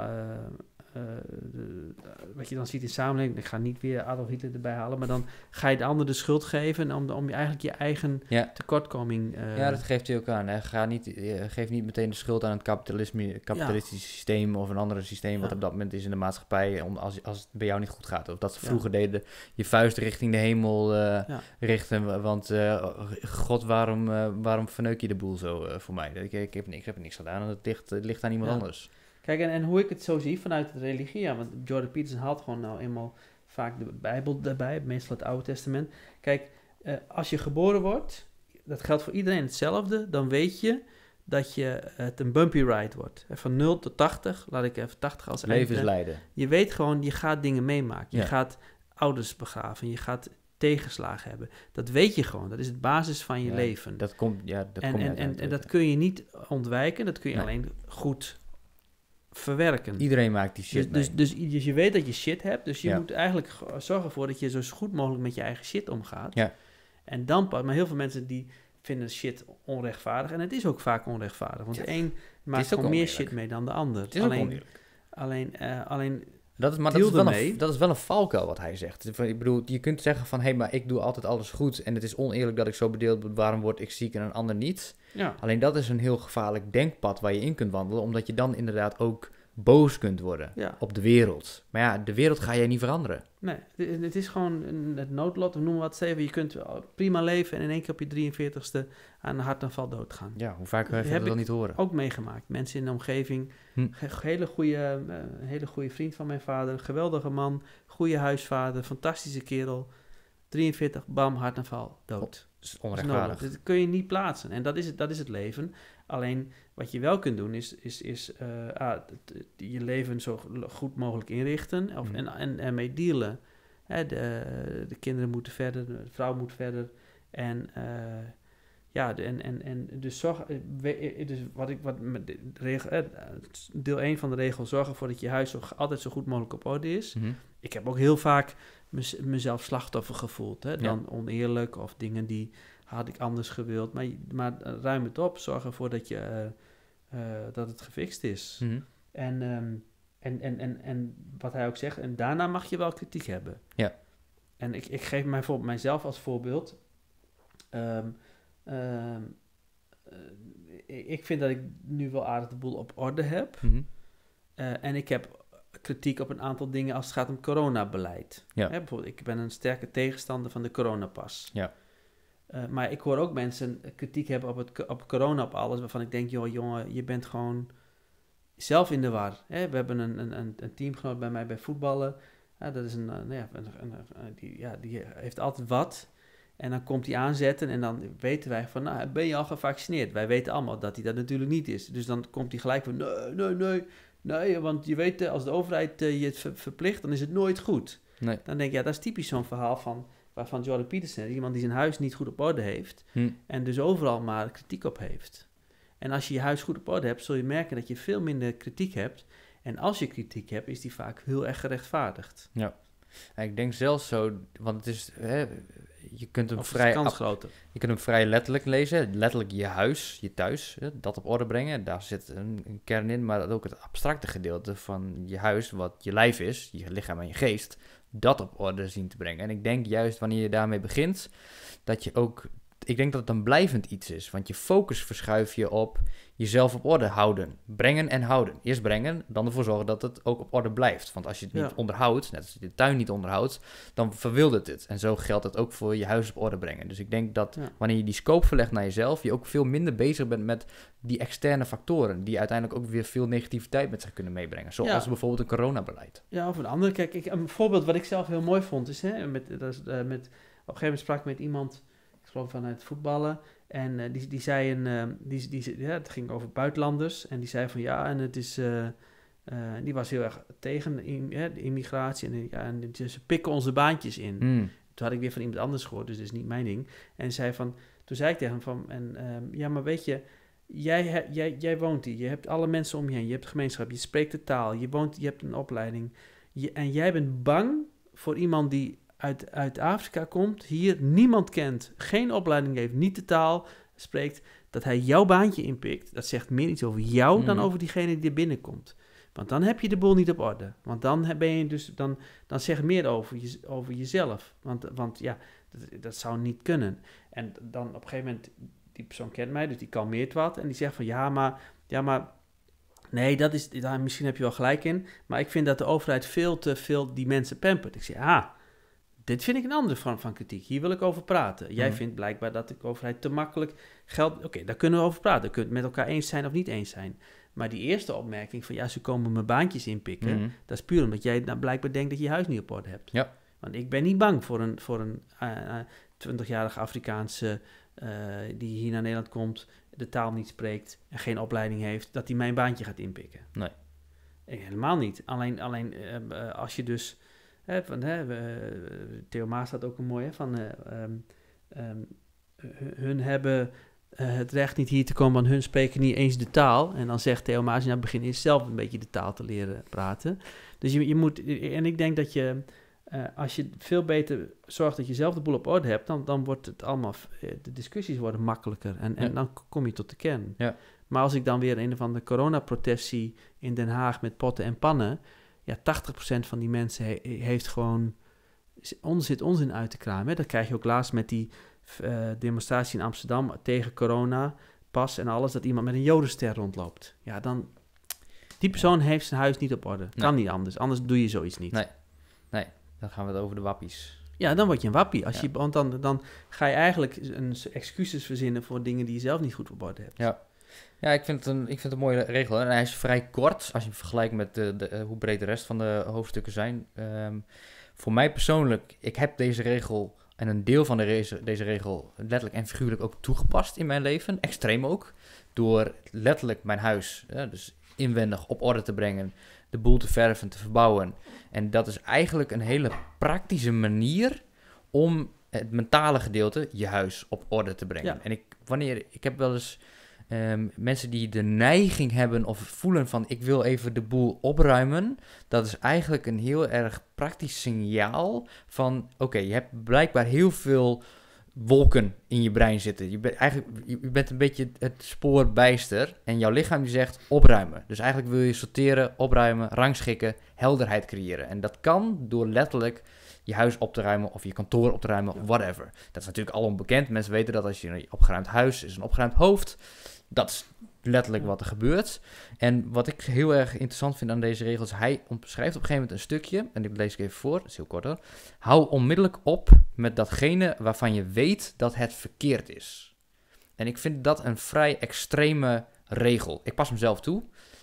wat je dan ziet in samenleving, ik ga niet weer Adolf Hitler erbij halen, maar dan ga je de ander de schuld geven om eigenlijk je eigen tekortkoming... dat geeft hij ook aan. Hè. Geef niet meteen de schuld aan het kapitalistische systeem of een andere systeem wat op dat moment is in de maatschappij, als het bij jou niet goed gaat. Of dat ze vroeger deden je vuist richting de hemel richten, want God, waarom verneuk je de boel zo voor mij? Ik heb niks gedaan, het ligt aan iemand anders. Kijk, en hoe ik het zo zie vanuit de religie, want Jordan Peterson haalt gewoon nou eenmaal vaak de Bijbel daarbij, meestal het Oude Testament. Kijk, als je geboren wordt, dat geldt voor iedereen hetzelfde, dan weet je dat het een bumpy ride wordt. Van 0 tot 80, laat ik even 80 als levenslijden. Je weet gewoon, je gaat dingen meemaken. Je gaat ouders begraven, je gaat tegenslagen hebben. Dat weet je gewoon. Dat is het basis van je leven. Dat komt, en dat kun je niet ontwijken. Dat kun je alleen goed verwerken. Iedereen maakt die shit mee. Dus je weet dat je shit hebt. Dus je moet eigenlijk zorgen ervoor dat je zo goed mogelijk met je eigen shit omgaat. Ja. En dan pas. Maar heel veel mensen die vinden shit onrechtvaardig. En het is ook vaak onrechtvaardig. Want de een maakt gewoon meer shit mee dan de ander. Het is alleen dat is wel een valkuil wat hij zegt. Ik bedoel, je kunt zeggen van... maar ik doe altijd alles goed... en het is oneerlijk dat ik zo bedeeld word... waarom word ik ziek en een ander niet? Ja. Alleen dat is een heel gevaarlijk denkpad... waar je in kunt wandelen... omdat je dan inderdaad ook boos kunt worden... op de wereld. Maar ja, de wereld ga jij niet veranderen. Nee, het is gewoon het noodlot. We noemen wat Steven. Je kunt prima leven... en in één keer op je 43ste... aan een hartaanval doodgaan. Ja, hoe vaak heb je dat wel niet horen? Ook meegemaakt. Mensen in de omgeving... Hele goede vriend van mijn vader, een geweldige man, goede huisvader, fantastische kerel. 43, bam, hartaanval, dood. Dat is onrechtvaardig. Dat kun je niet plaatsen. En dat is het leven. Alleen wat je wel kunt doen is je leven zo goed mogelijk inrichten en ermee dealen. De kinderen moeten verder, de vrouw moet verder. En dus zorg, dus deel 1 van de regel, zorg ervoor dat je huis altijd zo goed mogelijk op orde is. Mm-hmm. Ik heb ook heel vaak mezelf slachtoffer gevoeld. Dan oneerlijk of dingen die had ik anders gewild. Maar ruim het op, zorg ervoor dat dat het gefixt is. Mm-hmm. En wat hij ook zegt, en daarna mag je wel kritiek hebben. Ja. En ik geef mijzelf als voorbeeld. Ik vind dat ik nu wel aardig de boel op orde heb. Mm-hmm. En ik heb kritiek op een aantal dingen als het gaat om coronabeleid. Ja. Bijvoorbeeld, ik ben een sterke tegenstander van de coronapas. Ja. Maar ik hoor ook mensen kritiek hebben op corona, op alles, waarvan ik denk, joh, jongen, je bent gewoon zelf in de war. Hè? We hebben een teamgenoot bij mij bij voetballen. Dat is die heeft altijd wat. En dan komt hij aanzetten en dan weten wij van, ben je al gevaccineerd? Wij weten allemaal dat hij dat natuurlijk niet is. Dus dan komt hij gelijk van, nee, want je weet, als de overheid je het verplicht, dan is het nooit goed. Nee. Dan denk ik, dat is typisch zo'n verhaal waarvan Jordan Peterson, iemand die zijn huis niet goed op orde heeft en dus overal maar kritiek op heeft. En als je je huis goed op orde hebt, zul je merken dat je veel minder kritiek hebt. En als je kritiek hebt, is die vaak heel erg gerechtvaardigd. Ja, ik denk zelfs zo, want het is... Je kunt hem je kunt hem vrij letterlijk lezen. Letterlijk je huis, je thuis, dat op orde brengen. Daar zit een kern in, maar ook het abstracte gedeelte van je huis, wat je lijf is, je lichaam en je geest, dat op orde zien te brengen. En ik denk juist wanneer je daarmee begint, dat je ook... Ik denk dat het een blijvend iets is, want je focus verschuif je op jezelf op orde houden. Brengen en houden. Eerst brengen, dan ervoor zorgen dat het ook op orde blijft. Want als je het niet onderhoudt, net als je de tuin niet onderhoudt, dan verwildert het. En zo geldt het ook voor je huis op orde brengen. Dus ik denk dat wanneer je die scope verlegt naar jezelf, je ook veel minder bezig bent met die externe factoren, die uiteindelijk ook weer veel negativiteit met zich kunnen meebrengen. Zoals bijvoorbeeld een coronabeleid. Ja, of een andere. Kijk, een voorbeeld wat ik zelf heel mooi vond, is op een gegeven moment sprak ik met iemand, vanuit voetballen. En die zei het ging over buitenlanders. En die zei van en het is... die was heel erg tegen de immigratie. En ze pikken onze baantjes in. Toen had ik weer van iemand anders gehoord, dus dat is niet mijn ding. En toen zei ik tegen hem van... maar weet je, jij woont hier. Je hebt alle mensen om je heen. Je hebt de gemeenschap. Je spreekt de taal. Je hebt een opleiding. En jij bent bang voor iemand die uit Afrika komt, hier niemand kent, geen opleiding heeft, niet de taal spreekt, dat hij jouw baantje inpikt. Dat zegt meer iets over jou dan over diegene die er binnenkomt. Want dan heb je de boel niet op orde. Want dan ben je dus, dan zeg meer over jezelf. Want dat zou niet kunnen. En dan op een gegeven moment, die persoon kent mij, dus die kalmeert wat en die zegt van ja, maar nee, misschien heb je wel gelijk in, maar ik vind dat de overheid veel te veel die mensen pampert. Ik zeg, dit vind ik een andere vorm van kritiek. Hier wil ik over praten. Jij vindt blijkbaar dat de overheid te makkelijk geld... Oké, daar kunnen we over praten. Dan kun je het met elkaar eens zijn of niet eens zijn. Maar die eerste opmerking van... ze komen mijn baantjes inpikken... Dat is puur omdat jij blijkbaar denkt dat je huis niet op orde hebt. Ja. Want ik ben niet bang voor een 20-jarige Afrikaanse... die hier naar Nederland komt... de taal niet spreekt... en geen opleiding heeft... dat hij mijn baantje gaat inpikken. Nee. Helemaal niet. Alleen als je dus... Theo Maas had ook een mooie, hun hebben het recht niet hier te komen, want hun spreken niet eens de taal. En dan zegt Theo Maas, nou begin eerst zelf een beetje de taal te leren praten. Dus je moet, en ik denk dat je, als je veel beter zorgt dat je zelf de boel op orde hebt, dan wordt het allemaal, de discussies worden makkelijker. En dan kom je tot de kern. Ja. Maar als ik dan weer een van de coronaprotest zie in Den Haag met potten en pannen, ja, 80% van die mensen heeft gewoon onzin uit te kramen. Hè? Dat krijg je ook laatst met die demonstratie in Amsterdam tegen corona, pas en alles, dat iemand met een jodenster rondloopt. Ja, dan, die persoon heeft zijn huis niet op orde. Kan niet anders doe je zoiets niet. Nee, dan gaan we het over de wappies. Ja, dan word je een wappie. Want dan ga je eigenlijk excuses verzinnen voor dingen die je zelf niet goed op orde hebt. Ja, ik vind het een mooie regel. En hij is vrij kort, als je hem vergelijkt met hoe breed de rest van de hoofdstukken zijn. Voor mij persoonlijk, ik heb deze regel en een deel van deze regel letterlijk en figuurlijk ook toegepast in mijn leven. Extreem ook. Door letterlijk mijn huis, dus inwendig op orde te brengen. De boel te verven, te verbouwen. En dat is eigenlijk een hele praktische manier om het mentale gedeelte, je huis, op orde te brengen. Ja. En ik heb wel eens mensen die de neiging hebben of voelen van ik wil even de boel opruimen. Dat is eigenlijk een heel erg praktisch signaal van oké, je hebt blijkbaar heel veel wolken in je brein zitten. Je bent een beetje het spoor bijster en jouw lichaam die zegt opruimen. Dus eigenlijk wil je sorteren, opruimen, rangschikken, helderheid creëren. En dat kan door letterlijk je huis op te ruimen of je kantoor op te ruimen, whatever. Dat is natuurlijk al onbekend. Mensen weten dat als je een opgeruimd huis is, een opgeruimd hoofd. Dat is letterlijk wat er gebeurt. En wat ik heel erg interessant vind aan deze regels, hij omschrijft op een gegeven moment een stukje, en ik lees ik even voor, dat is heel kort hoor. Hou onmiddellijk op met datgene waarvan je weet dat het verkeerd is. En ik vind dat een vrij extreme regel. Ik pas hem zelf toe,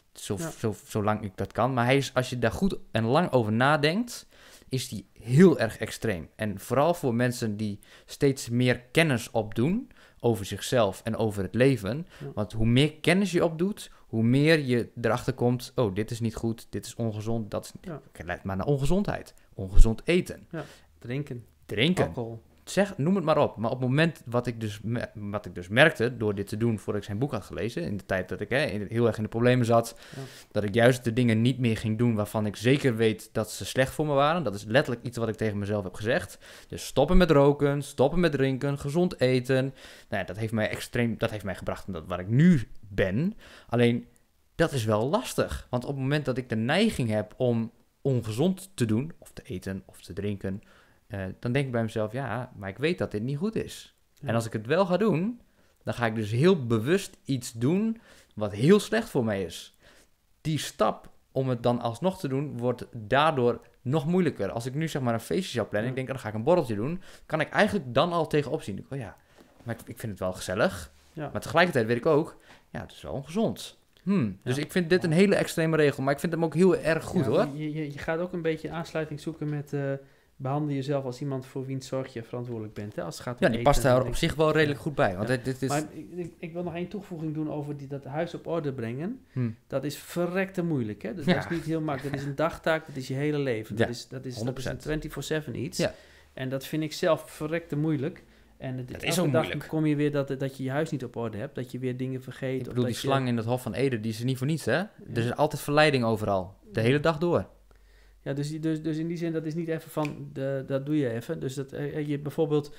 zolang ik dat kan. Maar hij is, als je daar goed en lang over nadenkt, is die heel erg extreem. En vooral voor mensen die steeds meer kennis opdoen over zichzelf en over het leven. Ja. Want hoe meer kennis je opdoet, hoe meer je erachter komt, oh, dit is niet goed, dit is ongezond, dat is, het leidt maar naar ongezondheid. Ongezond eten. Ja. Drinken. Alcohol. Noem het maar op. Maar op het moment wat ik dus merkte, door dit te doen voordat ik zijn boek had gelezen, in de tijd dat ik heel erg in de problemen zat, dat ik juist de dingen niet meer ging doen waarvan ik zeker weet dat ze slecht voor me waren. Dat is letterlijk iets wat ik tegen mezelf heb gezegd. Dus stoppen met roken, stoppen met drinken, gezond eten. Nou ja, dat heeft mij gebracht naar waar ik nu ben. Alleen, dat is wel lastig. Want op het moment dat ik de neiging heb om ongezond te doen, of te eten, of te drinken, dan denk ik bij mezelf, ja, maar ik weet dat dit niet goed is. Ja. En als ik het wel ga doen, dan ga ik dus heel bewust iets doen wat heel slecht voor mij is. Die stap om het dan alsnog te doen, wordt daardoor nog moeilijker. Als ik nu zeg maar een feestje zou plannen, ik denk, dan ga ik een borreltje doen, kan ik eigenlijk dan al tegenop zien. Oh ja, maar ik vind het wel gezellig. Ja. Maar tegelijkertijd weet ik ook, ja, het is wel ongezond. Dus ik vind dit een hele extreme regel, maar ik vind hem ook heel erg goed, hoor. Je gaat ook een beetje aansluiting zoeken met behandel jezelf als iemand voor wiens zorg je verantwoordelijk bent. Hè? Als het gaat om die eten, past daar op zich wel redelijk goed bij. Want dit is... Maar ik wil nog één toevoeging doen over dat huis op orde brengen. Dat is verrekte moeilijk. Hè? Dat is niet heel makkelijk. Dat is een dagtaak, dat is je hele leven. Dat is een 24/7 iets. Ja. En dat vind ik zelf verrekte moeilijk. En het is ook moeilijk. Kom je weer dat je je huis niet op orde hebt, dat je weer dingen vergeet. Ik bedoel, die slang in het Hof van Eden, die is er niet voor niets, hè? Ja. Er is altijd verleiding overal. De hele dag door. Ja, dus in die zin, dat is niet even van, dat doe je even. Dus dat je bijvoorbeeld,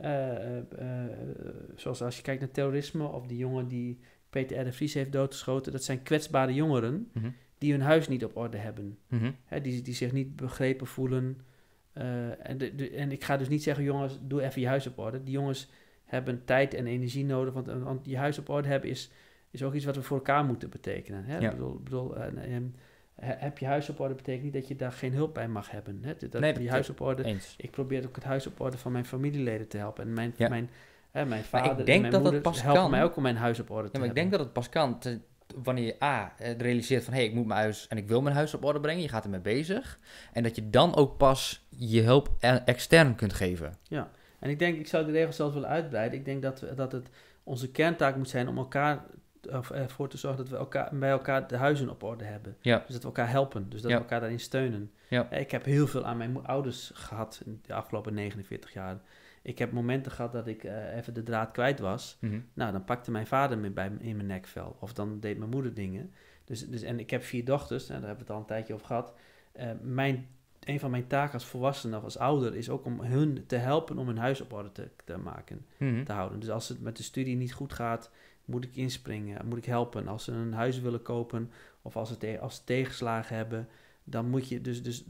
zoals als je kijkt naar terrorisme, of die jongen die Peter R. de Vries heeft doodgeschoten, dat zijn kwetsbare jongeren die hun huis niet op orde hebben. Hè, die zich niet begrepen voelen. En ik ga dus niet zeggen, jongens, doe even je huis op orde. Die jongens hebben tijd en energie nodig, want je huis op orde hebben is ook iets wat we voor elkaar moeten betekenen. Hè? Ja. Ik bedoel, heb je huis op orde betekent niet dat je daar geen hulp bij mag hebben. Hè? Je huis op orde. Eens. Ik probeer ook het huis op orde van mijn familieleden te helpen. En mijn vader en mijn moeder helpen mij ook om mijn huis op orde te hebben. Ik denk dat het pas kan wanneer je realiseert van, ik moet mijn huis en ik wil mijn huis op orde brengen. Je gaat ermee bezig. En dat je dan ook pas je hulp extern kunt geven. Ja, en ik zou de regels zelfs willen uitbreiden. Ik denk dat het onze kerntaak moet zijn om elkaar ervoor te zorgen dat we bij elkaar de huizen op orde hebben. Ja. Dus dat we elkaar helpen. Dus dat we elkaar daarin steunen. Ja. Ik heb heel veel aan mijn ouders gehad in de afgelopen 49 jaar. Ik heb momenten gehad dat ik even de draad kwijt was. Mm-hmm. Nou, dan pakte mijn vader me in mijn nekvel. Of dan deed mijn moeder dingen. En ik heb 4 dochters. Daar hebben we het al een tijdje over gehad. Een van mijn taken als volwassene of als ouder is ook om hun te helpen om hun huis op orde te maken, te houden. Dus als het met de studie niet goed gaat, moet ik inspringen, moet ik helpen. Als ze een huis willen kopen of als ze tegenslagen hebben, dan moet je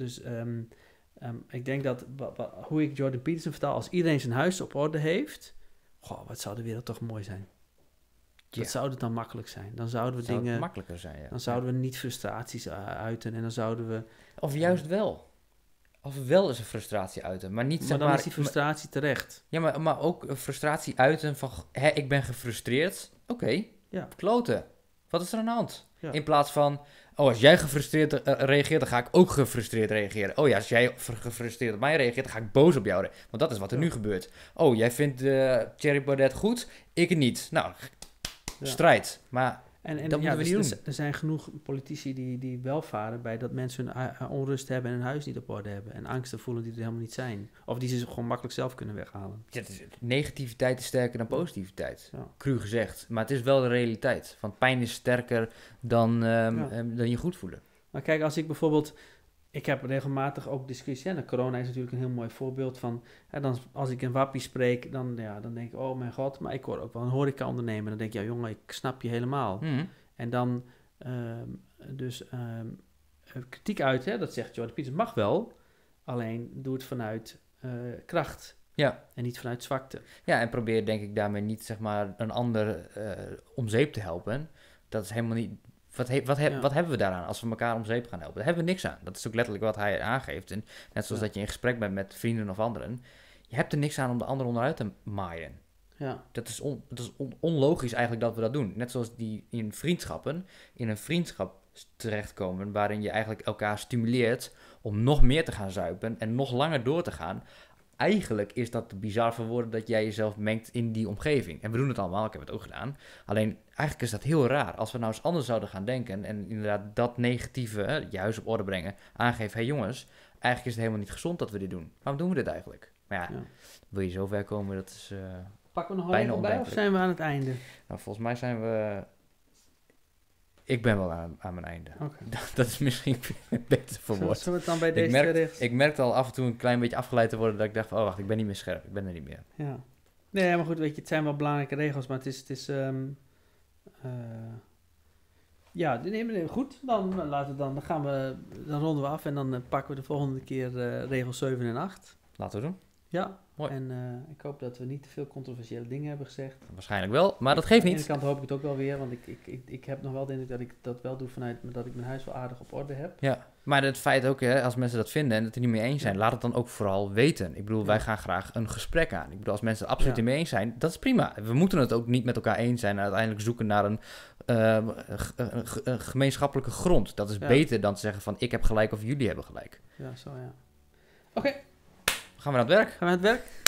ik denk dat hoe ik Jordan Peterson vertaal, als iedereen zijn huis op orde heeft, wat zou de wereld toch mooi zijn. Ja. Dat zou het dan makkelijk zijn. Dan zouden we dingen makkelijker zijn. Ja. Dan zouden we niet frustraties uiten en dan zouden we. Of juist wel. Of wel eens een frustratie uiten, maar niet. Maar dan is die frustratie terecht. Ja, maar ook een frustratie uiten van, ik ben gefrustreerd. Oké, kloten. Wat is er aan de hand? Ja. In plaats van, als jij gefrustreerd reageert, dan ga ik ook gefrustreerd reageren. Oh ja, als jij gefrustreerd op mij reageert, dan ga ik boos op jou reageren. Want dat is wat er nu gebeurt. Oh, jij vindt Thierry Baudet goed, ik niet. Nou, strijd. Maar dat moeten we niet doen. Er zijn genoeg politici die welvaren bij dat mensen hun onrust hebben en hun huis niet op orde hebben. En angsten voelen die er helemaal niet zijn. Of die ze gewoon makkelijk zelf kunnen weghalen. Ja, negativiteit is sterker dan positiviteit. Ja. Cru gezegd. Maar het is wel de realiteit. Want pijn is sterker dan je goed voelen. Maar kijk, als ik bijvoorbeeld. Ik heb regelmatig ook discussies. En corona is natuurlijk een heel mooi voorbeeld van. Als ik een wappie spreek, dan denk ik, oh mijn god. Maar ik hoor ook wel een horeca-ondernemer. Dan denk ik, ja jongen, ik snap je helemaal. Mm. En dan kritiek uit, dat zegt Jordan Peterson, mag wel. Alleen doe het vanuit kracht. Ja. En niet vanuit zwakte. Ja, en probeer denk ik daarmee niet zeg maar een ander om zeep te helpen. Dat is helemaal niet. Wat hebben we daaraan als we elkaar om zeep gaan helpen? Daar hebben we niks aan. Dat is ook letterlijk wat hij aangeeft. En net zoals dat je in gesprek bent met vrienden of anderen. Je hebt er niks aan om de ander onderuit te maaien. Ja. Dat is onlogisch eigenlijk dat we dat doen. Net zoals die in een vriendschap terechtkomen waarin je eigenlijk elkaar stimuleert om nog meer te gaan zuipen en nog langer door te gaan. Eigenlijk is dat te bizar voor woorden dat jij jezelf mengt in die omgeving. En we doen het allemaal, ik heb het ook gedaan. Alleen, eigenlijk is dat heel raar. Als we nou eens anders zouden gaan denken en inderdaad dat negatieve, je huis op orde brengen, aangeven, jongens, eigenlijk is het helemaal niet gezond dat we dit doen. Waarom doen we dit eigenlijk? Maar ja. Wil je zover komen, dat is pakken we nog een regel bij of zijn we aan het einde? Nou, volgens mij zijn we. Ik ben wel aan mijn einde. Okay. Dat is misschien beter verwoord. Zullen we het dan bij deze ik merkte al af en toe een klein beetje afgeleid te worden dat ik dacht van, wacht, ik ben niet meer scherp. Ik ben er niet meer. Ja. Nee, maar goed, weet je, het zijn wel belangrijke regels, maar het is goed. Dan ronden we af en dan pakken we de volgende keer regels 7 en 8. Laten we doen. Ja. Mooi. En ik hoop dat we niet te veel controversiële dingen hebben gezegd. Waarschijnlijk wel, maar dat geeft niet. Aan de ene kant hoop ik het ook wel weer, want ik heb nog wel de indruk dat ik dat wel doe vanuit dat ik mijn huis wel aardig op orde heb. Ja, maar het feit ook, als mensen dat vinden en het er niet mee eens zijn, laat het dan ook vooral weten. Ik bedoel, wij gaan graag een gesprek aan. Ik bedoel, als mensen het absoluut niet mee eens zijn, dat is prima. We moeten het ook niet met elkaar eens zijn en uiteindelijk zoeken naar een gemeenschappelijke grond. Dat is beter dan te zeggen van, ik heb gelijk of jullie hebben gelijk. Ja, zo ja. Oké. Gaan we aan het werk? Gaan we aan het werk?